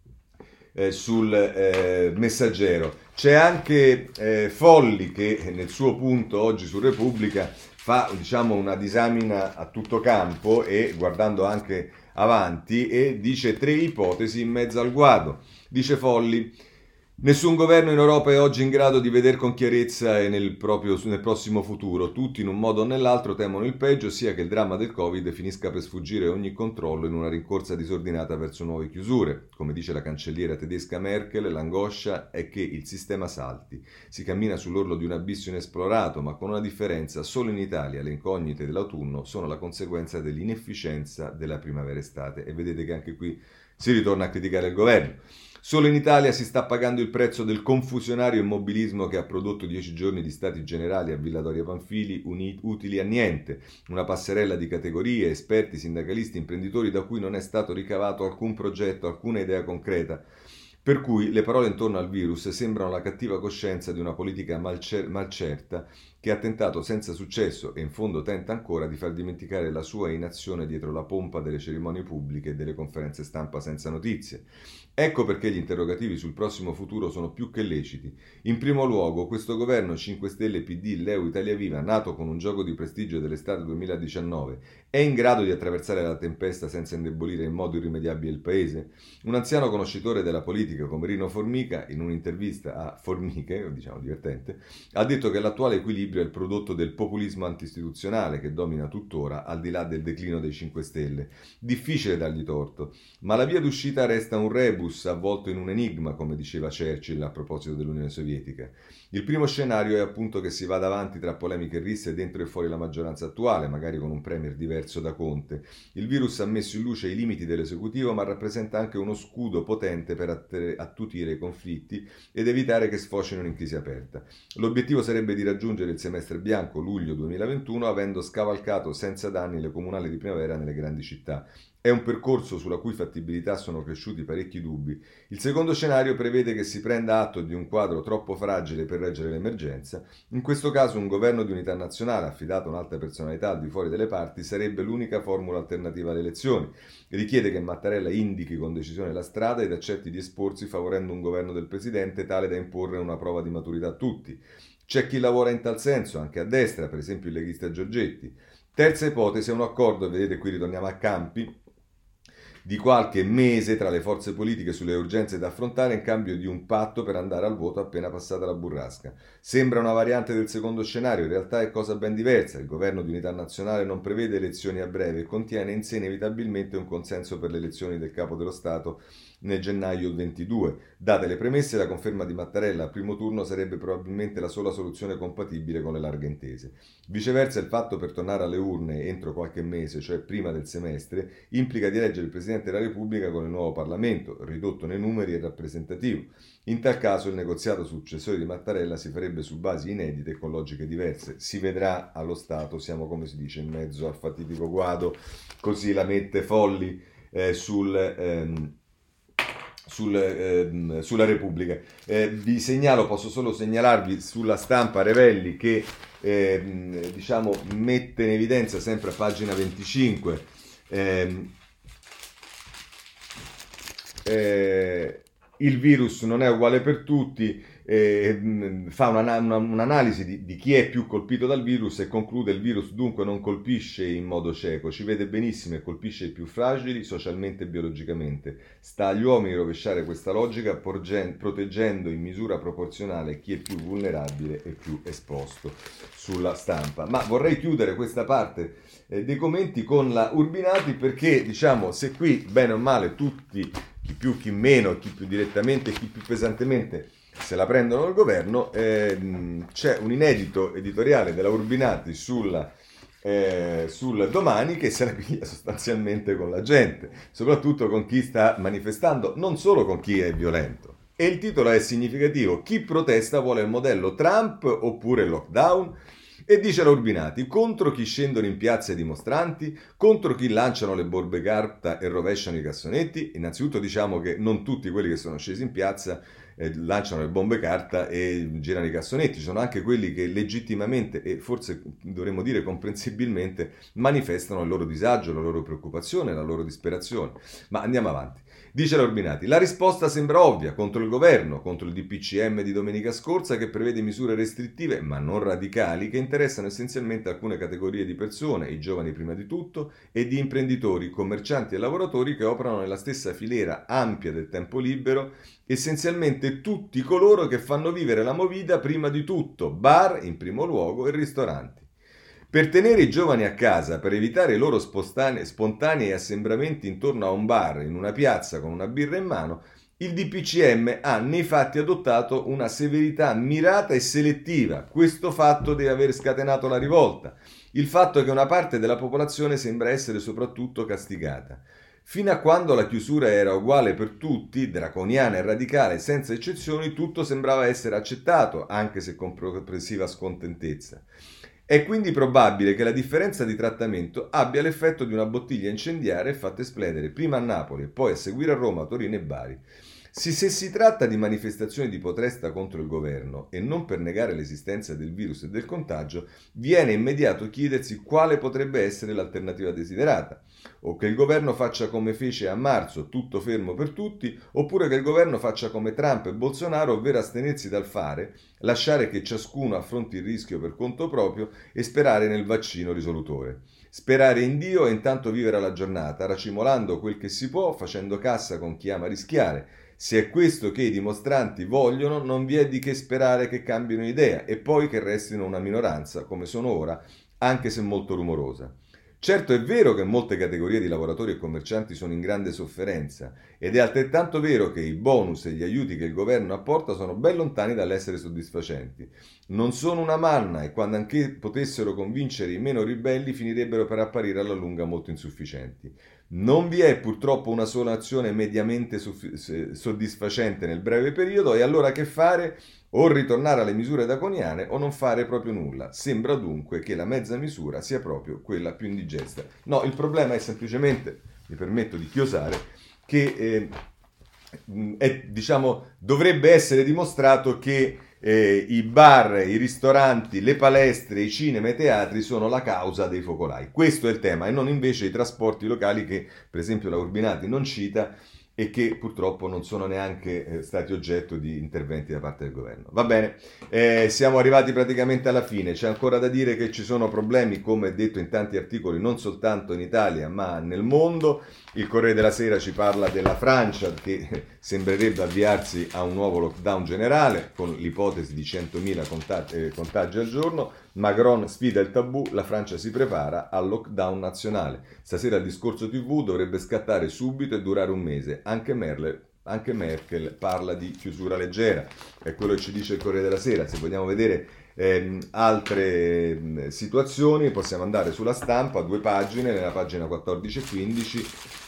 eh, sul eh, Messaggero. C'è anche eh, Folli che nel suo punto oggi su Repubblica fa, diciamo, una disamina a tutto campo e guardando anche avanti e dice tre ipotesi in mezzo al guado. Dice Folli: nessun governo in Europa è oggi in grado di vedere con chiarezza e nel, proprio, nel prossimo futuro. Tutti in un modo o nell'altro temono il peggio, sia che il dramma del Covid finisca per sfuggire ogni controllo in una rincorsa disordinata verso nuove chiusure. Come dice la cancelliera tedesca Merkel, l'angoscia è che il sistema salti. Si cammina sull'orlo di un abisso inesplorato, ma con una differenza: solo in Italia le incognite dell'autunno sono la conseguenza dell'inefficienza della primavera-estate. E vedete che anche qui si ritorna a criticare il governo. Solo in Italia si sta pagando il prezzo del confusionario immobilismo che ha prodotto dieci giorni di stati generali a Villa Doria Pamphili uni- utili a niente, una passerella di categorie, esperti, sindacalisti, imprenditori da cui non è stato ricavato alcun progetto, alcuna idea concreta. Per cui le parole intorno al virus sembrano la cattiva coscienza di una politica malcer- malcerta che ha tentato senza successo e in fondo tenta ancora di far dimenticare la sua inazione dietro la pompa delle cerimonie pubbliche e delle conferenze stampa senza notizie. Ecco perché gli interrogativi sul prossimo futuro sono più che leciti. In primo luogo, questo governo cinque Stelle, P D, L E U, Italia Viva, nato con un gioco di prestigio dell'estate duemiladiciannove, è in grado di attraversare la tempesta senza indebolire in modo irrimediabile il paese? Un anziano conoscitore della politica come Rino Formica, in un'intervista a Formiche, diciamo divertente, ha detto che l'attuale equilibrio è il prodotto del populismo antistituzionale che domina tuttora, al di là del declino dei cinque Stelle. Difficile dargli torto, ma la via d'uscita resta un rebus avvolto in un enigma, come diceva Churchill a proposito dell'Unione Sovietica. Il primo scenario è appunto che si vada avanti tra polemiche e risse dentro e fuori la maggioranza attuale, magari con un premier diverso da Conte. Il virus ha messo in luce i limiti dell'esecutivo, ma rappresenta anche uno scudo potente per attutire i conflitti ed evitare che sfocino in crisi aperta. L'obiettivo sarebbe di raggiungere il semestre bianco luglio duemilaventuno, avendo scavalcato senza danni le comunali di primavera nelle grandi città. È un percorso sulla cui fattibilità sono cresciuti parecchi dubbi. Il secondo scenario prevede che si prenda atto di un quadro troppo fragile per reggere l'emergenza. In questo caso un governo di unità nazionale, affidato a un'alta personalità al di fuori delle parti, sarebbe l'unica formula alternativa alle elezioni. Richiede che Mattarella indichi con decisione la strada ed accetti di esporsi favorendo un governo del Presidente tale da imporre una prova di maturità a tutti. C'è chi lavora in tal senso, anche a destra, per esempio il leghista Giorgetti. Terza ipotesi è un accordo, e vedete qui ritorniamo a Campi, di qualche mese tra le forze politiche sulle urgenze da affrontare in cambio di un patto per andare al voto appena passata la burrasca. Sembra una variante del secondo scenario, in realtà è cosa ben diversa. Il governo di unità nazionale non prevede elezioni a breve e contiene in sé inevitabilmente un consenso per le elezioni del capo dello Stato nel gennaio ventidue. Date le premesse, la conferma di Mattarella al primo turno sarebbe probabilmente la sola soluzione compatibile con le larghe intese. Viceversa, il fatto per tornare alle urne entro qualche mese, cioè prima del semestre, implica di eleggere il Presidente della Repubblica con il nuovo Parlamento, ridotto nei numeri e rappresentativo. In tal caso il negoziato successore di Mattarella si farebbe su basi inedite e con logiche diverse. Si vedrà, allo Stato siamo, come si dice, in mezzo al fatidico guado, così la mette Folli eh, sul... Ehm, Sul, ehm, sulla Repubblica. Eh, vi segnalo, posso solo segnalarvi sulla Stampa Revelli che ehm, diciamo mette in evidenza sempre a pagina venticinque ehm, eh, il virus non è uguale per tutti, eh, fa una, una, un'analisi di, di chi è più colpito dal virus e conclude: il virus dunque non colpisce in modo cieco, ci vede benissimo e colpisce i più fragili socialmente e biologicamente. Sta agli uomini rovesciare questa logica porgen- proteggendo in misura proporzionale chi è più vulnerabile e più esposto. Sulla Stampa. Ma vorrei chiudere questa parte eh, dei commenti con la Urbinati, perché diciamo, se qui bene o male tutti, chi più chi meno, chi più direttamente, chi più pesantemente, se la prendono il governo, eh, c'è un inedito editoriale della Urbinati sulla, eh, sul Domani che se la piglia sostanzialmente con la gente, soprattutto con chi sta manifestando, non solo con chi è violento. E il titolo è significativo: chi protesta vuole il modello Trump oppure il lockdown? E dice la Urbinati: contro chi scendono in piazza i dimostranti, contro chi lanciano le bombe carta e rovesciano i cassonetti. Innanzitutto diciamo che non tutti quelli che sono scesi in piazza eh, lanciano le bombe carta e girano i cassonetti, ci sono anche quelli che legittimamente e forse dovremmo dire comprensibilmente manifestano il loro disagio, la loro preoccupazione, la loro disperazione. Ma andiamo avanti. Dice la Urbinati: la risposta sembra ovvia, contro il governo, contro il D P C M di domenica scorsa che prevede misure restrittive ma non radicali che interessano essenzialmente alcune categorie di persone, i giovani prima di tutto, e di imprenditori, commercianti e lavoratori che operano nella stessa filiera ampia del tempo libero, essenzialmente tutti coloro che fanno vivere la movida prima di tutto, bar in primo luogo e ristoranti. Per tenere i giovani a casa, per evitare i loro spostane- spontanei assembramenti intorno a un bar, in una piazza con una birra in mano, il D P C M ha nei fatti adottato una severità mirata e selettiva. Questo fatto deve aver scatenato la rivolta. Il fatto che una parte della popolazione sembra essere soprattutto castigata. Fino a quando la chiusura era uguale per tutti, draconiana e radicale, senza eccezioni, tutto sembrava essere accettato, anche se con progressiva scontentezza. È quindi probabile che la differenza di trattamento abbia l'effetto di una bottiglia incendiaria fatta esplodere prima a Napoli e poi a seguire a Roma, Torino e Bari. Se, se si tratta di manifestazioni di protesta contro il governo e non per negare l'esistenza del virus e del contagio, viene immediato chiedersi quale potrebbe essere l'alternativa desiderata. O che il governo faccia come fece a marzo, tutto fermo per tutti, oppure che il governo faccia come Trump e Bolsonaro, ovvero astenersi dal fare, lasciare che ciascuno affronti il rischio per conto proprio e sperare nel vaccino risolutore. Sperare in Dio e intanto vivere la giornata, racimolando quel che si può, facendo cassa con chi ama rischiare. Se è questo che i dimostranti vogliono, non vi è di che sperare che cambino idea e poi che restino una minoranza, come sono ora, anche se molto rumorosa. Certo è vero che molte categorie di lavoratori e commercianti sono in grande sofferenza ed è altrettanto vero che i bonus e gli aiuti che il governo apporta sono ben lontani dall'essere soddisfacenti. Non sono una manna e quando anche potessero convincere i meno ribelli finirebbero per apparire alla lunga molto insufficienti. Non vi è purtroppo una sola azione mediamente suffi- soddisfacente nel breve periodo e allora che fare? O ritornare alle misure draconiane o non fare proprio nulla. Sembra dunque che la mezza misura sia proprio quella più indigesta. No, il problema è semplicemente, mi permetto di chiosare, che eh, è, diciamo, dovrebbe essere dimostrato che eh, i bar, i ristoranti, le palestre, i cinema e i teatri sono la causa dei focolai. Questo è il tema e non invece i trasporti locali che, per esempio, la Urbinati non cita e che purtroppo non sono neanche eh, stati oggetto di interventi da parte del governo. Va bene, eh, siamo arrivati praticamente alla fine, c'è ancora da dire che ci sono problemi, come detto in tanti articoli, non soltanto in Italia ma nel mondo. Il Corriere della Sera ci parla della Francia che sembrerebbe avviarsi a un nuovo lockdown generale con l'ipotesi di centomila contagi, eh, contagi al giorno. Macron sfida il tabù, la Francia si prepara al lockdown nazionale. Stasera il discorso tivù dovrebbe scattare subito e durare un mese. Anche Merkel, anche Merkel parla di chiusura leggera. È quello che ci dice il Corriere della Sera. Se vogliamo vedere ehm, altre ehm, situazioni possiamo andare sulla Stampa, due pagine, nella pagina quattordici e quindici.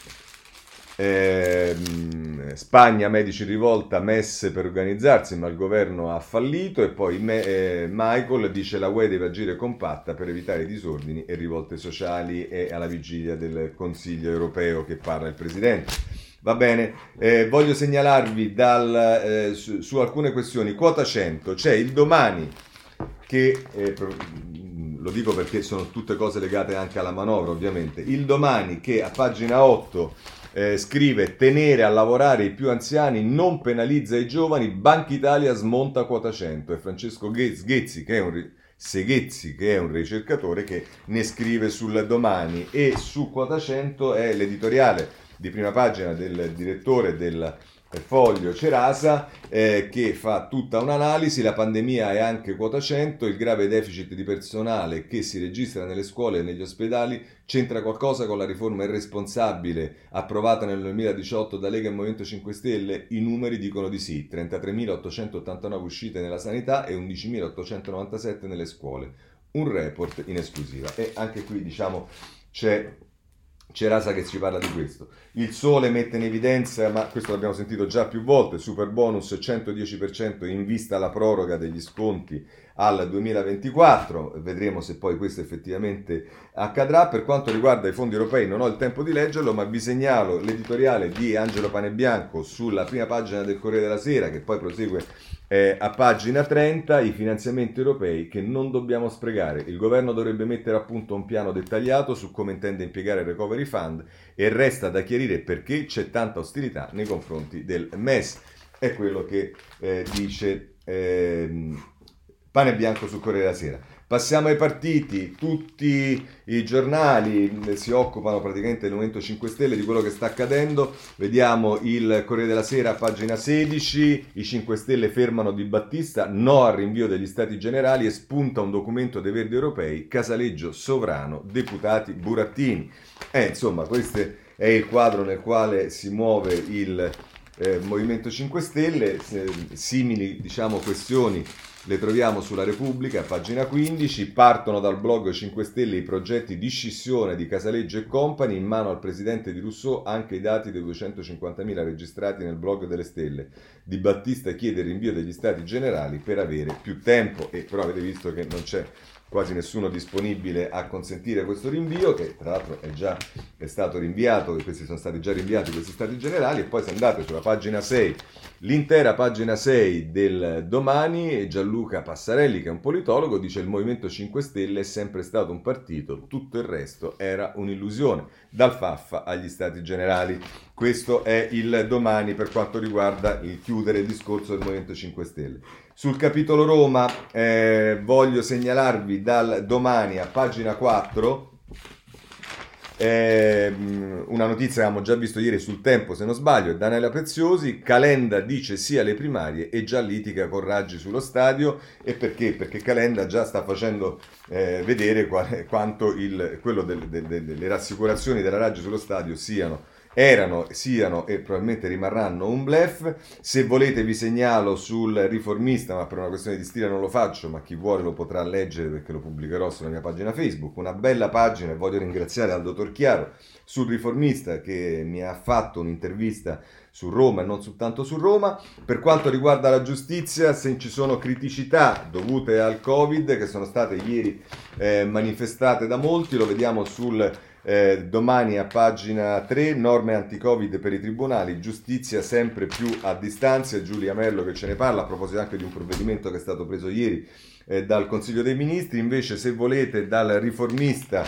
Eh, Spagna, medici in rivolta, messe per organizzarsi, ma il governo ha fallito. E poi me, eh, Michael dice la U E deve agire compatta per evitare disordini e rivolte sociali, e alla vigilia del Consiglio europeo che parla il Presidente. Va bene, eh, voglio segnalarvi dal, eh, su, su alcune questioni. Quota cento, c'è il Domani che... Eh, lo dico perché sono tutte cose legate anche alla manovra, ovviamente. Il Domani che a pagina otto Eh, scrive: tenere a lavorare i più anziani non penalizza i giovani, Banca Italia smonta quota cento. E Francesco Ghezzi, che è un Seghezzi, che è un ricercatore, che ne scrive sul Domani. E su quota cento è l'editoriale di prima pagina del direttore del Foglio Cerasa, eh, che fa tutta un'analisi. La pandemia è anche quota cento, il grave deficit di personale che si registra nelle scuole e negli ospedali c'entra qualcosa con la riforma irresponsabile approvata nel duemiladiciotto da Lega e Movimento cinque Stelle? I numeri dicono di sì: trentatremilaottocentottantanove uscite nella sanità e undicimilaottocentonovantasette nelle scuole. Un report in esclusiva. E anche qui, diciamo, c'è Cerasa che ci parla di questo. Il Sole mette in evidenza, ma questo l'abbiamo sentito già più volte, super bonus centodieci per cento in vista alla proroga degli sconti al duemilaventiquattro, vedremo se poi questo effettivamente accadrà. Per quanto riguarda i fondi europei non ho il tempo di leggerlo, ma vi segnalo l'editoriale di Angelo Panebianco sulla prima pagina del Corriere della Sera, che poi prosegue eh, a pagina trenta, i finanziamenti europei che non dobbiamo sprecare. Il governo dovrebbe mettere a punto un piano dettagliato su come intende impiegare il recovery fund e resta da chiarire perché c'è tanta ostilità nei confronti del M E S. È quello che eh, dice eh, Pane Bianco sul Corriere della Sera. Passiamo ai partiti, tutti i giornali si occupano praticamente del Movimento cinque Stelle, di quello che sta accadendo. Vediamo il Corriere della Sera, pagina sedici, i cinque Stelle fermano Di Battista, no al rinvio degli Stati Generali e spunta un documento dei Verdi Europei, Casaleggio sovrano, deputati burattini. Eh, insomma, questo è il quadro nel quale si muove il eh, Movimento cinque Stelle, eh, simili diciamo questioni le troviamo sulla Repubblica, pagina quindici, partono dal blog cinque Stelle i progetti di scissione di Casaleggio e Company, in mano al presidente di Rousseau anche i dati dei duecentocinquantamila registrati nel blog delle Stelle. Di Battista chiede il rinvio degli Stati Generali per avere più tempo, e però avete visto che non c'è quasi nessuno disponibile a consentire questo rinvio, che tra l'altro è già è stato rinviato, e questi sono stati già rinviati questi Stati Generali. E poi se andate sulla pagina sei, l'intera pagina sei del Domani, Gianluca Passarelli, che è un politologo, dice: il Movimento cinque Stelle è sempre stato un partito, tutto il resto era un'illusione, dal Faffa agli Stati Generali. Questo è il Domani per quanto riguarda il chiudere il discorso del Movimento cinque Stelle. Sul capitolo Roma eh, voglio segnalarvi dal Domani a pagina quattro eh, una notizia che abbiamo già visto ieri sul Tempo, se non sbaglio, è Daniela Preziosi. Calenda dice sì alle primarie e già litiga con Raggi sullo stadio. E perché? Perché Calenda già sta facendo eh, vedere qual, quanto il, quello del, del, del, delle rassicurazioni della Raggi sullo stadio siano erano, siano e probabilmente rimarranno un bluff. Se volete vi segnalo sul Riformista, ma per una questione di stile non lo faccio, ma chi vuole lo potrà leggere perché lo pubblicherò sulla mia pagina Facebook, una bella pagina, e voglio ringraziare Aldo Torchiaro sul Riformista che mi ha fatto un'intervista su Roma e non soltanto su Roma. Per quanto riguarda la giustizia, se ci sono criticità dovute al Covid che sono state ieri eh, manifestate da molti, lo vediamo sul Eh, Domani a pagina tre, norme anti-Covid per i tribunali, giustizia sempre più a distanza. Giulia Merlo che ce ne parla a proposito anche di un provvedimento che è stato preso ieri eh, dal Consiglio dei Ministri. Invece, se volete, dal Riformista,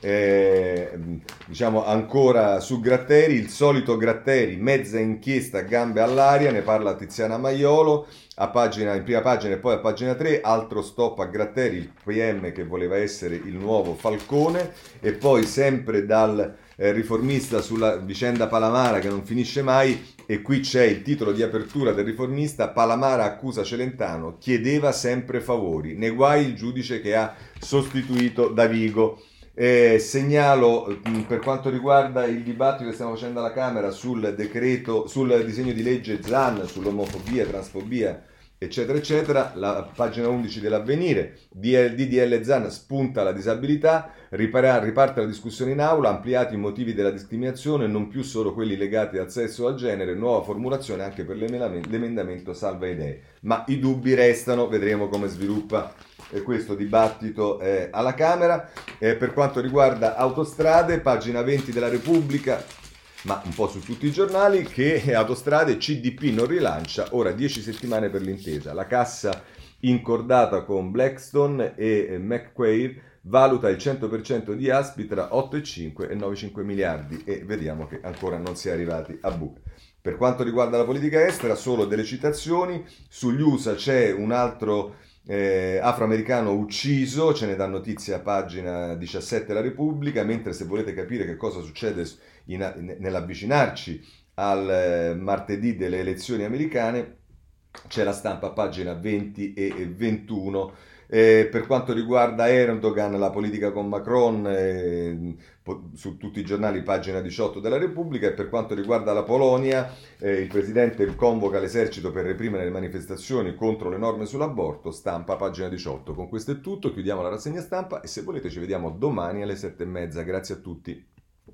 eh, diciamo ancora su Gratteri, il solito Gratteri, mezza inchiesta, gambe all'aria, ne parla Tiziana Maiolo a pagina, in prima pagina e poi a pagina tre, altro stop a Gratteri, il P M che voleva essere il nuovo Falcone. E poi sempre dal eh, Riformista sulla vicenda Palamara che non finisce mai, e qui c'è il titolo di apertura del Riformista: Palamara accusa Celentano, chiedeva sempre favori, nei guai il giudice che ha sostituito Davigo. Eh, segnalo mh, per quanto riguarda il dibattito che stiamo facendo alla Camera sul decreto, sul disegno di legge Zan, sull'omofobia, transfobia, eccetera eccetera, la pagina undici dell'Avvenire, D D L Zan spunta la disabilità, ripara, riparte la discussione in aula, ampliati i motivi della discriminazione, non più solo quelli legati al sesso o al genere, nuova formulazione anche per l'emendamento salva idee. Ma i dubbi restano, vedremo come sviluppa eh, questo dibattito eh, alla Camera. Eh, per quanto riguarda autostrade, pagina venti della Repubblica, ma un po' su tutti i giornali, che Autostrade C D P non rilancia, ora dieci settimane per l'intesa. La cassa incordata con Blackstone e Macquarie valuta il cento per cento di Aspi tra otto virgola cinque e nove virgola cinque miliardi, e vediamo che ancora non si è arrivati a buca. Per quanto riguarda la politica estera, solo delle citazioni. Sugli U S A c'è un altro eh, afroamericano ucciso, ce ne dà notizia a pagina diciassette della Repubblica, mentre se volete capire che cosa succede in, in, nell'avvicinarci al eh, martedì delle elezioni americane, c'è La Stampa a pagina venti e ventuno. Eh, per quanto riguarda Erdogan, la politica con Macron, eh, su tutti i giornali, pagina diciotto della Repubblica. E per quanto riguarda la Polonia, eh, il presidente convoca l'esercito per reprimere le manifestazioni contro le norme sull'aborto, Stampa pagina diciotto. Con questo è tutto, chiudiamo la rassegna stampa e se volete ci vediamo domani alle sette e mezza. Grazie a tutti.